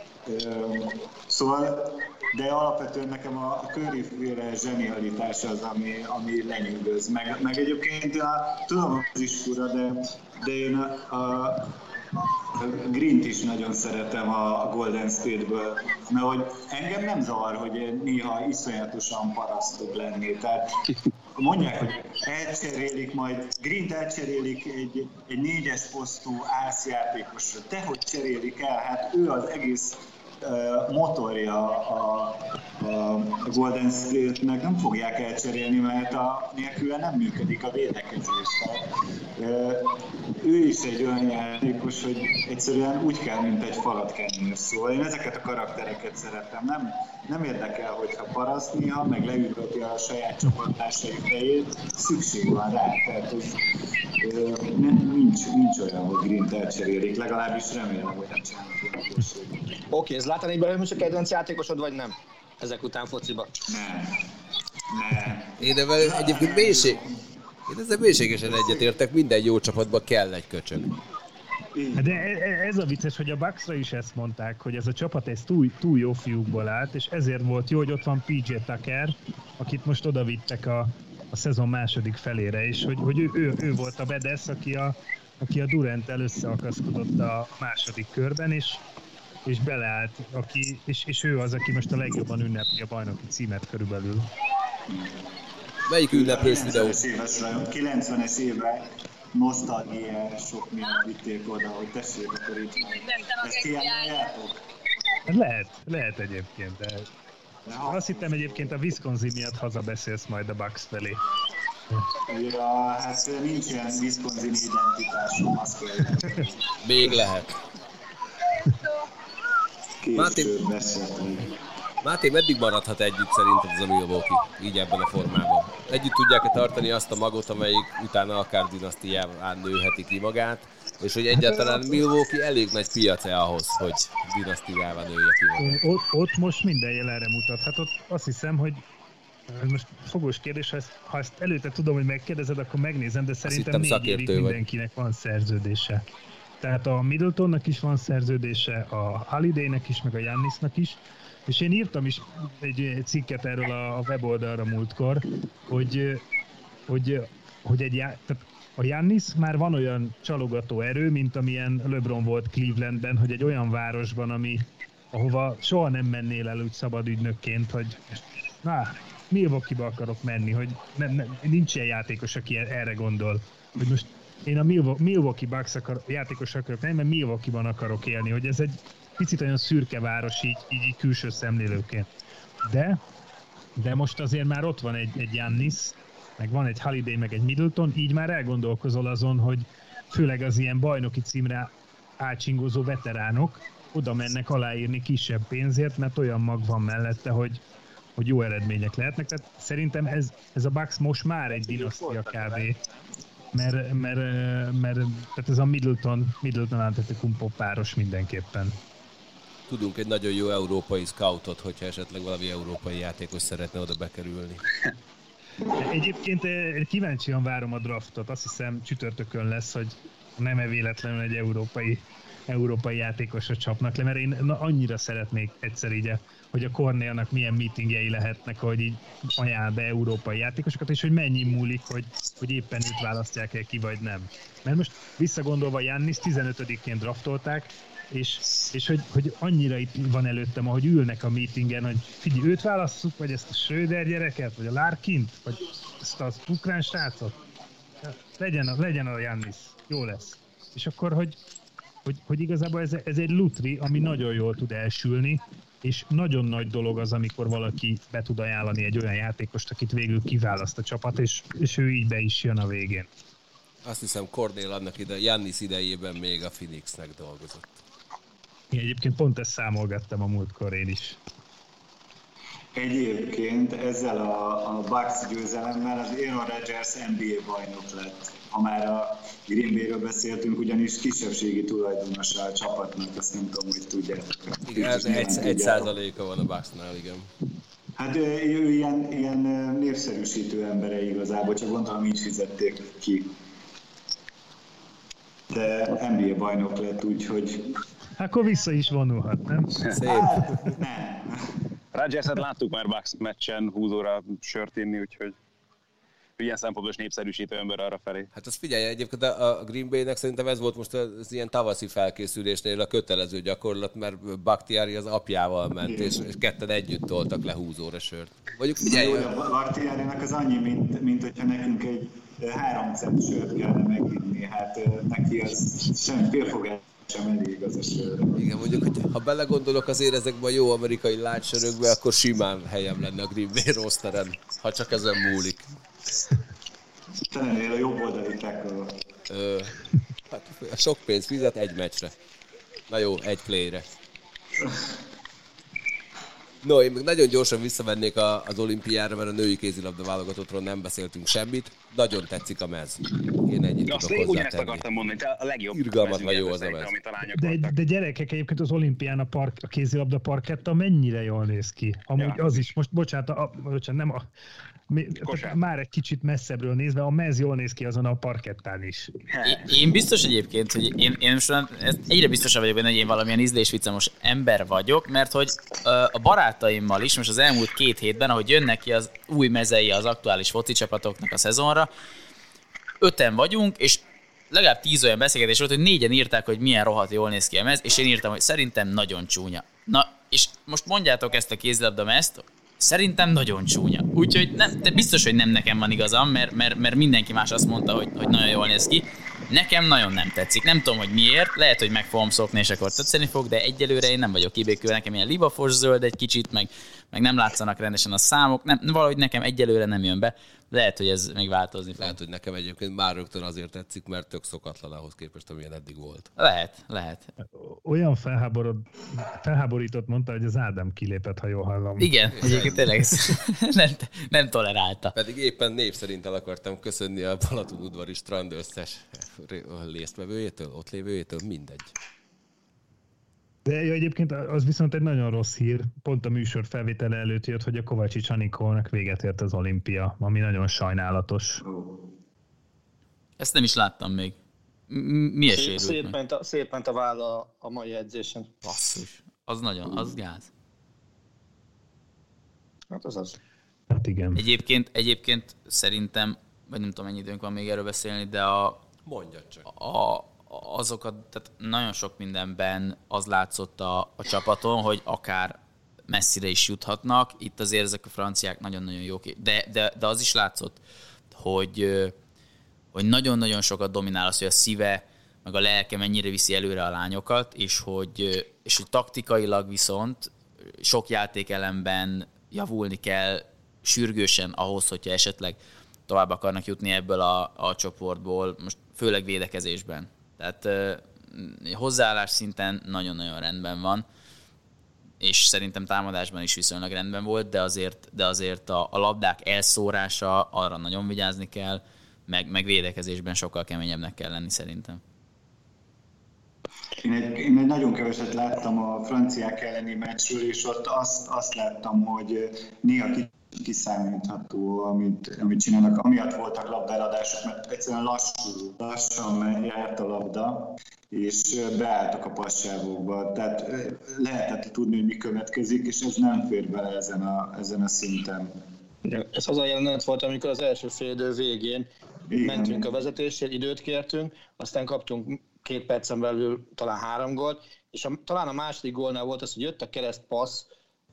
Speaker 8: szóval, de alapvetően nekem a Curry-féle zsenialitás az, ami lenyűgöz. Meg egyébként tudom, hogy ez is fura, de én a Green-t is nagyon szeretem a Golden State-ből, mert hogy engem nem zavar, hogy néha iszonyatosan paraszt tud lenni. Tehát mondják, hogy elcserélik majd, Green-t elcserélik egy 4-es posztú ászjátékosra. Tehogy cserélik el, hát ő az egész motorja a Golden State-nek, nem fogják elcserélni, mert nélküle nem működik a védekezés. Ő is egy olyan játékos, hogy egyszerűen úgy kell, mint egy falat kenni. Szóval én ezeket a karaktereket szeretem. Nem érdekel, hogyha paraszt néha, meg leütöti a saját csapattársai fejét, szükség van rá. Tehát, hogy nincs olyan, hogy Green-t elcserélik, legalábbis remélem, hogy nem csinálnak lehetőséget.
Speaker 6: Oké, Zlatan Ibrahimović a kedvenc játékosod, vagy nem? Ezek után fociba?
Speaker 8: Nem.
Speaker 3: Én egyébként én ezzel mélységesen egyetértek, minden jó csapatban kell egy köcsög.
Speaker 7: De ez a vicces, hogy a Bucksra is ezt mondták, hogy ez a csapat túl jó fiúkból állt, és ezért volt jó, hogy ott van PJ Tucker, akit most odavittek a szezon második felére, és hogy ő volt a bedesz, aki a Duranttel összeakaszkodott a második körben, és beleállt, és ő az, aki most a legjobban ünnepli a bajnoki címet körülbelül.
Speaker 3: Melyik ünneplős videó?
Speaker 8: 90-es évek nosztalgiások miatt vitték oda, hogy tessék, akkor így ezt hiányoljátok?
Speaker 7: Lehet egyébként, de azt hittem egyébként a Wisconsin miatt hazabeszélsz majd a Bucks felé.
Speaker 8: Ja, hát nincs ilyen Wisconsin identitásom, azt kell.
Speaker 3: Még lehet.
Speaker 8: Később beszéltünk.
Speaker 3: Máté, meddig maradhat együtt szerinted ez a Milwaukee, így ebben a formában? Együtt tudják-e tartani azt a magot, amelyik utána akár dinasztiává nőheti ki magát, és hogy egyáltalán Milwaukee elég nagy piac-e ahhoz, hogy dinasztiává nője ki magát?
Speaker 7: Ott most minden jel erre mutat. Hát ott azt hiszem, hogy most fogós kérdés, ha ezt előtte tudom, hogy megkérdezed, akkor megnézem, de szerintem 4 évig mindenkinek van szerződése. Tehát a Middletonnak is van szerződése, a Holidaynek is, meg a Giannisnak is, és én írtam is egy cikket erről a weboldalra múltkor, hogy tehát a Giannis már van olyan csalogató erő, mint amilyen LeBron volt Clevelandben, hogy egy olyan városban, ahova soha nem mennél el úgy szabad ügynökként, hogy Milwaukee-ba akarok menni, hogy nincs ilyen játékos, aki erre gondol, hogy most én a Milwaukee Bucks játékos akarok lenni, mert Milwaukee-ban akarok élni, hogy ez egy picit olyan szürke város így külső szemlélőként. De most azért már ott van egy Giannis, meg van egy Holiday, meg egy Middleton, így már elgondolkozol azon, hogy főleg az ilyen bajnoki címre átsingózó veteránok oda mennek aláírni kisebb pénzért, mert olyan mag van mellette, hogy jó eredmények lehetnek. Tehát szerintem ez a Bucks most már egy dinasztia kb. Mert tehát ez a Middleton Antetokounmpo páros mindenképpen.
Speaker 3: Tudunk egy nagyon jó európai scoutot, hogyha esetleg valami európai játékos szeretne oda bekerülni.
Speaker 7: Egyébként kíváncsian várom a draftot. Azt hiszem csütörtökön lesz, hogy nem véletlenül egy európai játékosra csapnak le, mert én annyira szeretnék egyszer így, hogy a Cornellnak milyen meetingjei lehetnek, hogy így ajánl be európai játékosokat, és hogy mennyi múlik, hogy éppen őt választják el ki, vagy nem. Mert most visszagondolva Giannis 15-én draftolták, és hogy annyira itt van előttem, ahogy ülnek a meetingen, hogy figyelj, őt válasszuk, vagy ezt a Schröder gyereket, vagy a Larkint, vagy ezt az ukrán srácot. Legyen a Giannis, jó lesz. És akkor, hogy igazából ez egy lutri, ami nagyon jól tud elsülni, és nagyon nagy dolog az, amikor valaki be tud ajánlani egy olyan játékost, akit végül kiválaszt a csapat, és ő így be is jön a végén.
Speaker 3: Azt hiszem Cornél annak Giannis idejében még a Phoenixnek dolgozott.
Speaker 7: Én egyébként pont ezt számolgattam a múltkor én is.
Speaker 8: Egyébként ezzel a Bucks győzelemmel az Aaron Rodgers NBA bajnok lett. Ha már a Green Bay-ről beszéltünk, ugyanis kisebbségi tulajdonosa a csapatnak, azt nem tudom, hogy tudjátok.
Speaker 3: Igen, ez 1%-a van a Bucksnál, igen.
Speaker 8: Hát ő ilyen népszerűsítő embere igazából, csak gondolom így fizették ki. De NBA bajnok lett, úgyhogy...
Speaker 7: Akkor vissza is vonulhat, nem?
Speaker 3: Szép.
Speaker 8: Nem.
Speaker 10: Rodgerset láttuk már Bucks meccsen húzóra sört inni, úgyhogy ilyen szempontból is népszerűsítő ember arra felé.
Speaker 3: Hát azt figyelj, egyébként a Green Bay-nek szerintem ez volt most az ilyen tavaszi felkészülésnél a kötelező gyakorlat, mert Bakhtiari az apjával ment, és ketten együtt toltak le húzóra sört. Mondjuk figyelj!
Speaker 8: A Bakhtiarinak az annyi, mint hogyha nekünk egy 3 cent sört kellene meginni, hát neki az semmi félfogás sem elég az a sör.
Speaker 3: Igen, mondjuk, hogy ha belegondolok azért ezekben a jó amerikai lágysörökbe, akkor simán helyem lenne a Green Bay rosteren, ha csak ezen múlik.
Speaker 8: Te lennél a jobb oldali tackle.
Speaker 3: Hát sok pénz fizet egy meccsre. Na jó, egy playre. No, én még nagyon gyorsan visszavennék az olimpiára, mert a női kézilabda válogatottról nem beszéltünk semmit. Nagyon tetszik a mez. Én ennyit tudok hozzátenni.
Speaker 10: Ugyanezt akartam mondani, te a legjobb
Speaker 3: irgalmatlan jó az a mez.
Speaker 7: De gyerekek, egyébként az olimpián a kézilabda parketta mennyire jól néz ki. Amúgy ja. Az is, most bocsánat, nem a... Már egy kicsit messzebbről nézve, a mez jól néz ki azon a parkettán is.
Speaker 4: Én biztos egyébként, hogy én most egyre biztosabb vagyok benne, hogy én valamilyen ízlésviccemos ember vagyok, mert hogy a barátaimmal is most az elmúlt 2 hétben, ahogy jönnek ki az új mezei az aktuális foci csapatoknak a szezonra, 5-en vagyunk, és legalább 10 olyan beszélgetés volt, hogy 4-en írták, hogy milyen rohadt jól néz ki a mez, és én írtam, hogy szerintem nagyon csúnya. Na, és most mondjátok ezt a kézilabda mezt, szerintem nagyon csúnya. Úgyhogy de biztos, hogy nem nekem van igazam, mert mindenki más azt mondta, hogy nagyon jól néz ki. Nekem nagyon nem tetszik. Nem tudom, hogy miért. Lehet, hogy meg fogom szokni, és akkor tetszeni fog, de egyelőre én nem vagyok kibékülve. Nekem ilyen libafos zöld egy kicsit, meg nem látszanak rendesen a számok. Valahogy nekem egyelőre nem jön be. Lehet, hogy ez még változni fog.
Speaker 3: Lehet, hogy nekem egyébként már rögtön azért tetszik, mert tök szokatlan ahhoz képest, amilyen eddig volt.
Speaker 4: Lehet.
Speaker 7: Olyan felháborított mondta, hogy az Ádám kilépett, ha jól hallom.
Speaker 4: Igen, egyébként tényleg nem tolerálta.
Speaker 3: Pedig éppen név szerint el akartam köszönni a Balatonudvari strand összes résztvevőjétől, ott lévőjétől, mindegy.
Speaker 7: De egyébként az viszont egy nagyon rossz hír, pont a műsor felvétele előtt jött, hogy a Kovácsics Anikónak véget ért az olimpia, ami nagyon sajnálatos.
Speaker 4: Ezt nem is láttam még. Miért sérült meg?
Speaker 6: Szép ment a válla a mai edzésen.
Speaker 4: Basszus, az gáz.
Speaker 6: Hát az.
Speaker 7: Hát igen.
Speaker 4: Egyébként szerintem, vagy nem tudom, mennyi időnk van még erről beszélni, de
Speaker 3: mondjad csak.
Speaker 4: Azokat, tehát nagyon sok mindenben az látszott a csapaton, hogy akár messzire is juthatnak. Itt azért ezek a franciák nagyon-nagyon jók. De az is látszott, hogy nagyon-nagyon sokat dominál az, hogy a szíve, meg a lelke mennyire viszi előre a lányokat, és hogy taktikailag viszont sok játékelemben javulni kell sürgősen ahhoz, hogyha esetleg tovább akarnak jutni ebből a csoportból, most főleg védekezésben. Tehát hozzáállás szinten nagyon-nagyon rendben van, és szerintem támadásban is viszonylag rendben volt, de azért a labdák elszórása, arra nagyon vigyázni kell, meg védekezésben sokkal keményebbnek kell lenni szerintem.
Speaker 8: Én egy nagyon keveset láttam a franciák elleni meccsről, és ott azt láttam, hogy néha kiszámítható, amit csinálnak. Amiatt voltak labdáradások, mert egyszerűen lassan járt a labda, és beálltak a passávokba. Tehát lehetett tudni, hogy mi következik, és ez nem fér bele ezen a szinten.
Speaker 6: Ez az a jelenet volt, amikor az első fél idő végén mentünk a vezetéssel, időt kértünk, aztán kaptunk 2 percen belül talán 3 gólt, és talán a második gólnál volt az, hogy jött a keresztpassz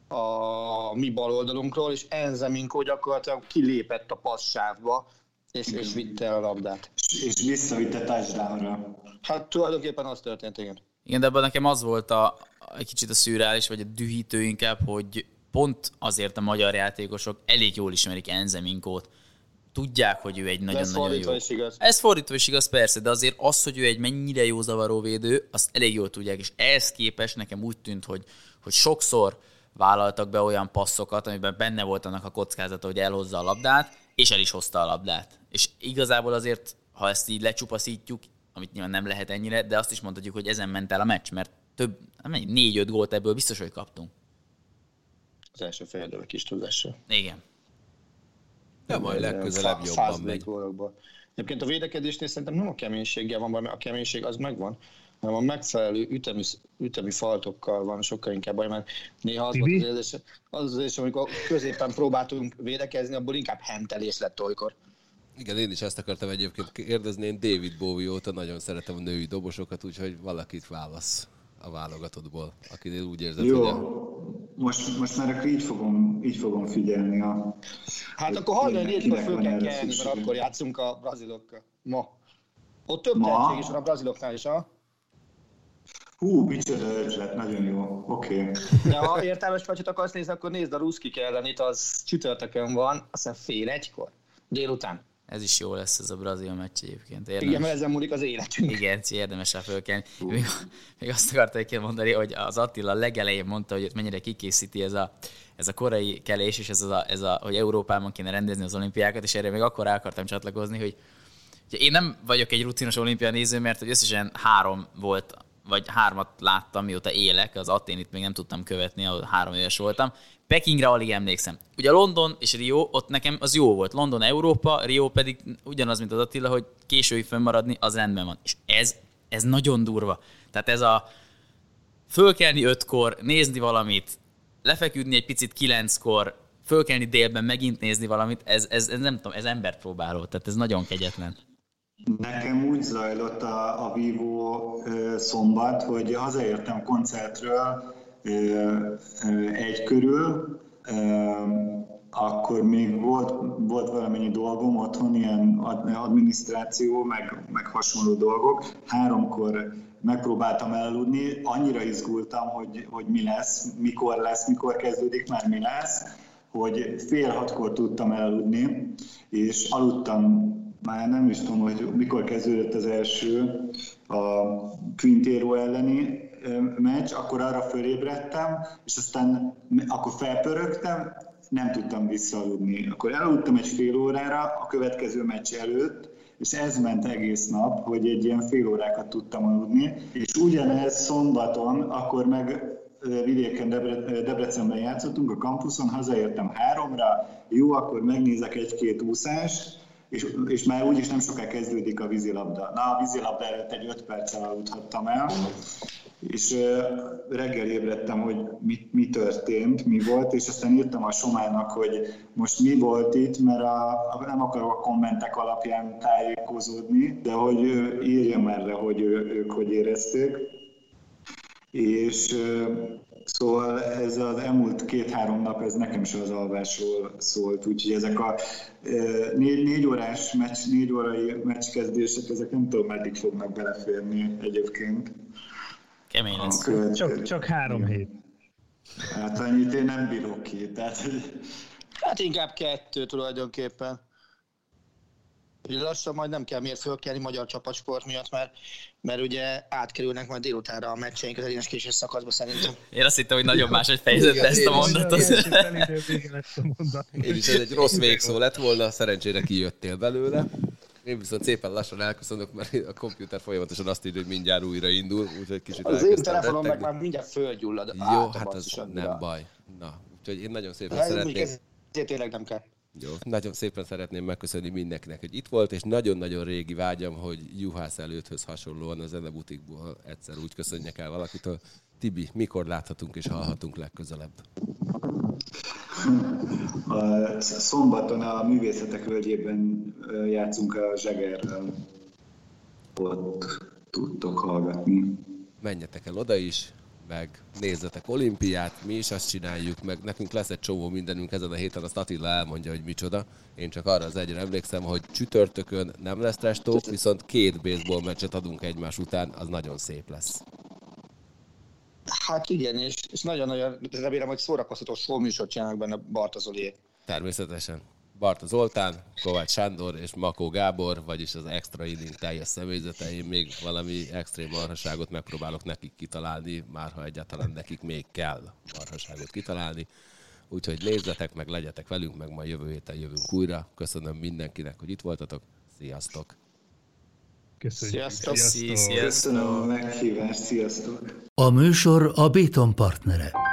Speaker 6: a mi bal oldalunkról, és Enzeminko gyakorlatilag kilépett a passzsávba, és vitte el a labdát.
Speaker 8: És visszavitte touchdownra.
Speaker 6: Hát tulajdonképpen az történt, igen.
Speaker 4: Igen, de abban nekem az volt egy kicsit a szürreális, vagy a dühítő inkább, hogy pont azért a magyar játékosok elég jól ismerik Enzeminkót. Tudják, hogy ő egy nagyon-nagyon jó. Ez fordítva is igaz, persze, de azért az, hogy ő egy mennyire jó zavaróvédő, azt elég jól tudják, és ehhez képest nekem úgy tűnt, hogy sokszor vállaltak be olyan passzokat, amiben benne volt annak a kockázata, hogy elhozza a labdát, és el is hozta a labdát. És igazából azért, ha ezt így lecsupaszítjuk, amit nyilván nem lehet ennyire, de azt is mondhatjuk, hogy ezen ment el a meccs, mert 4-5 gólt ebből biztos, hogy kaptunk.
Speaker 6: Az első fél időben kis tudással.
Speaker 4: Igen.
Speaker 3: Ja, majd legközelebb jobban megy.
Speaker 6: Egyébként a védekezésnél szerintem nem a keménységgel van, mert a keménység az megvan, hanem a megfelelő ütemi faltokkal van sokkal inkább baj, mert néha az volt az érzés, amikor középen próbáltunk védekezni, abból inkább hentelés lett olykor.
Speaker 3: Igen, én is ezt akartam egyébként kérdezni, én David Bowie óta nagyon szeretem a női dobosokat, úgyhogy valakit válasz a válogatottból, akinél úgy érzed,
Speaker 8: jó.
Speaker 3: hogy...
Speaker 8: Most már akkor így fogom figyelni.
Speaker 6: Hát akkor hallani, hogy föl kell kelni, mert akkor játszunk a brazilokkal. Ma. Ott több tehetség is van a braziloknál is, ha?
Speaker 8: Micsoda ötlet, nagyon jó. Oké.
Speaker 6: De ha értelmes meccset akarsz nézni, akkor nézd a Ruszkik ellenit, az csütörtökön van, azt hiszem 1:30 délután.
Speaker 4: Ez is jó lesz ez a brazil meccs egyébként.
Speaker 6: Érdemes. Igen, mert ezen múlik az életünk.
Speaker 4: Igen, érdemes rá fölkelni. Még azt akartam mondani, hogy az Attila legelején mondta, hogy mennyire kikészíti ez a korai kelés, és hogy Európában kéne rendezni az olimpiákat, és erre még akkor el akartam csatlakozni, hogy én nem vagyok egy rutinos olimpia néző, mert hogy összesen 3 volt, vagy 3-at láttam, mióta élek, az Athénit még nem tudtam követni, ahol 3 éves voltam. Pekingre alig emlékszem. Ugye London és Rio, ott nekem az jó volt. London Európa, Rio pedig ugyanaz, mint az Attila, hogy késői fönnmaradni, az rendben van. És ez nagyon durva. Tehát ez a fölkelni 5-kor, nézni valamit, lefeküdni egy picit 9-kor, fölkelni délben, megint nézni valamit, ez nem tudom, ez embert próbáló, tehát ez nagyon kegyetlen.
Speaker 8: Nekem úgy zajlott a Vivo szombat, hogy hazaértem koncertről 1 körül, akkor még volt valamennyi dolgom otthon, ilyen adminisztráció, meg hasonló dolgok. 3-kor megpróbáltam elaludni, annyira izgultam, hogy mi lesz, mikor kezdődik, már mi lesz, hogy 5:30 tudtam elaludni, és aludtam, már nem is tudom, hogy mikor kezdődött az első, a Quintero elleni meccs, akkor arra fölébredtem, és aztán akkor felpörögtem, nem tudtam visszaaludni. Akkor elaludtam egy fél órára a következő meccs előtt, és ez ment egész nap, hogy egy ilyen fél órákat tudtam aludni, és ugyanez szombaton, akkor meg vidéken Debrecenben játszottunk a kampuszon, hazaértem 3-ra, jó, akkor megnézek 1-2 úszást, és már úgyis nem soká kezdődik a vízilabda. Na, a vízilabda előtt egy 5 perccel aludhattam el, és reggel ébredtem, hogy mi történt, mi volt, és aztán írtam a Somának, hogy most mi volt itt, mert nem akarok a kommentek alapján tájékozódni, de hogy írjam erre, hogy ők hogy érezték. És szóval ez az elmúlt 2-3 nap, ez nekem sem az alvásról szólt, úgyhogy ezek a 4 órai meccskezdések, ezek nem tudom, meddig fognak beleférni egyébként.
Speaker 4: Kemény lesz.
Speaker 7: Csak 3 hét.
Speaker 8: Hát annyit én nem bírok ki, tehát...
Speaker 6: Hát inkább 2 tulajdonképpen. Lassan majd nem kell miért fölkelni magyar csapatsport miatt, mert ugye átkerülnek majd délutánra a meccseink az egyenes késés szakaszba szerintem.
Speaker 4: Én azt hittem, hogy nagyon máshogy fejezett be ezt a mondatot.
Speaker 3: Én is, ez egy rossz végszó lett volna, szerencsére kijöttél belőle. Én viszont szépen lassan elköszönök, mert a komputer folyamatosan azt írja, hogy mindjárt újra indul, úgyhogy kicsit
Speaker 6: az én telefonom meg már mindjárt fölgyullad.
Speaker 3: Jó, hát az nem baj. Na, úgyhogy én nagyon szépen szeretném...
Speaker 6: Ezért tényleg nem kell.
Speaker 3: Jó, nagyon szépen szeretném megköszönni mindenkinek, hogy itt volt, és nagyon-nagyon régi vágyam, hogy Juhász előtthöz hasonlóan a zenebutikból egyszer úgy köszönjek el valakitől. Tibi, mikor láthatunk és hallhatunk legközelebb?
Speaker 8: Szombaton a Művészetek Völgyében játszunk a Zsegerrel. Ott tudtok hallgatni.
Speaker 3: Menjetek el oda is, meg nézzetek olimpiát, mi is azt csináljuk, meg nekünk lesz egy csomó mindenünk ezen a héten, azt Attila elmondja, hogy micsoda. Én csak arra az egyre emlékszem, hogy csütörtökön nem lesz trash talk, viszont 2 baseball meccset adunk egymás után, az nagyon szép lesz.
Speaker 6: Hát igen, és nagyon-nagyon remélem, hogy szórakoztató showműsort csinálnak benne Barta Zoliék.
Speaker 3: Természetesen. Barta Zoltán, Kovács Sándor és Makó Gábor, vagyis az Extra Inning teljes személyzete. Én még valami extrém marhaságot megpróbálok nekik kitalálni, már ha egyáltalán nekik még kell marhaságot kitalálni. Úgyhogy nézzetek meg, legyetek velünk, meg majd jövő héten jövünk újra. Köszönöm mindenkinek, hogy itt voltatok. Sziasztok!
Speaker 7: Köszönjük.
Speaker 6: Sziasztok!
Speaker 8: Köszönöm a meghívást, sziasztok!
Speaker 1: A műsor a Béton partnere.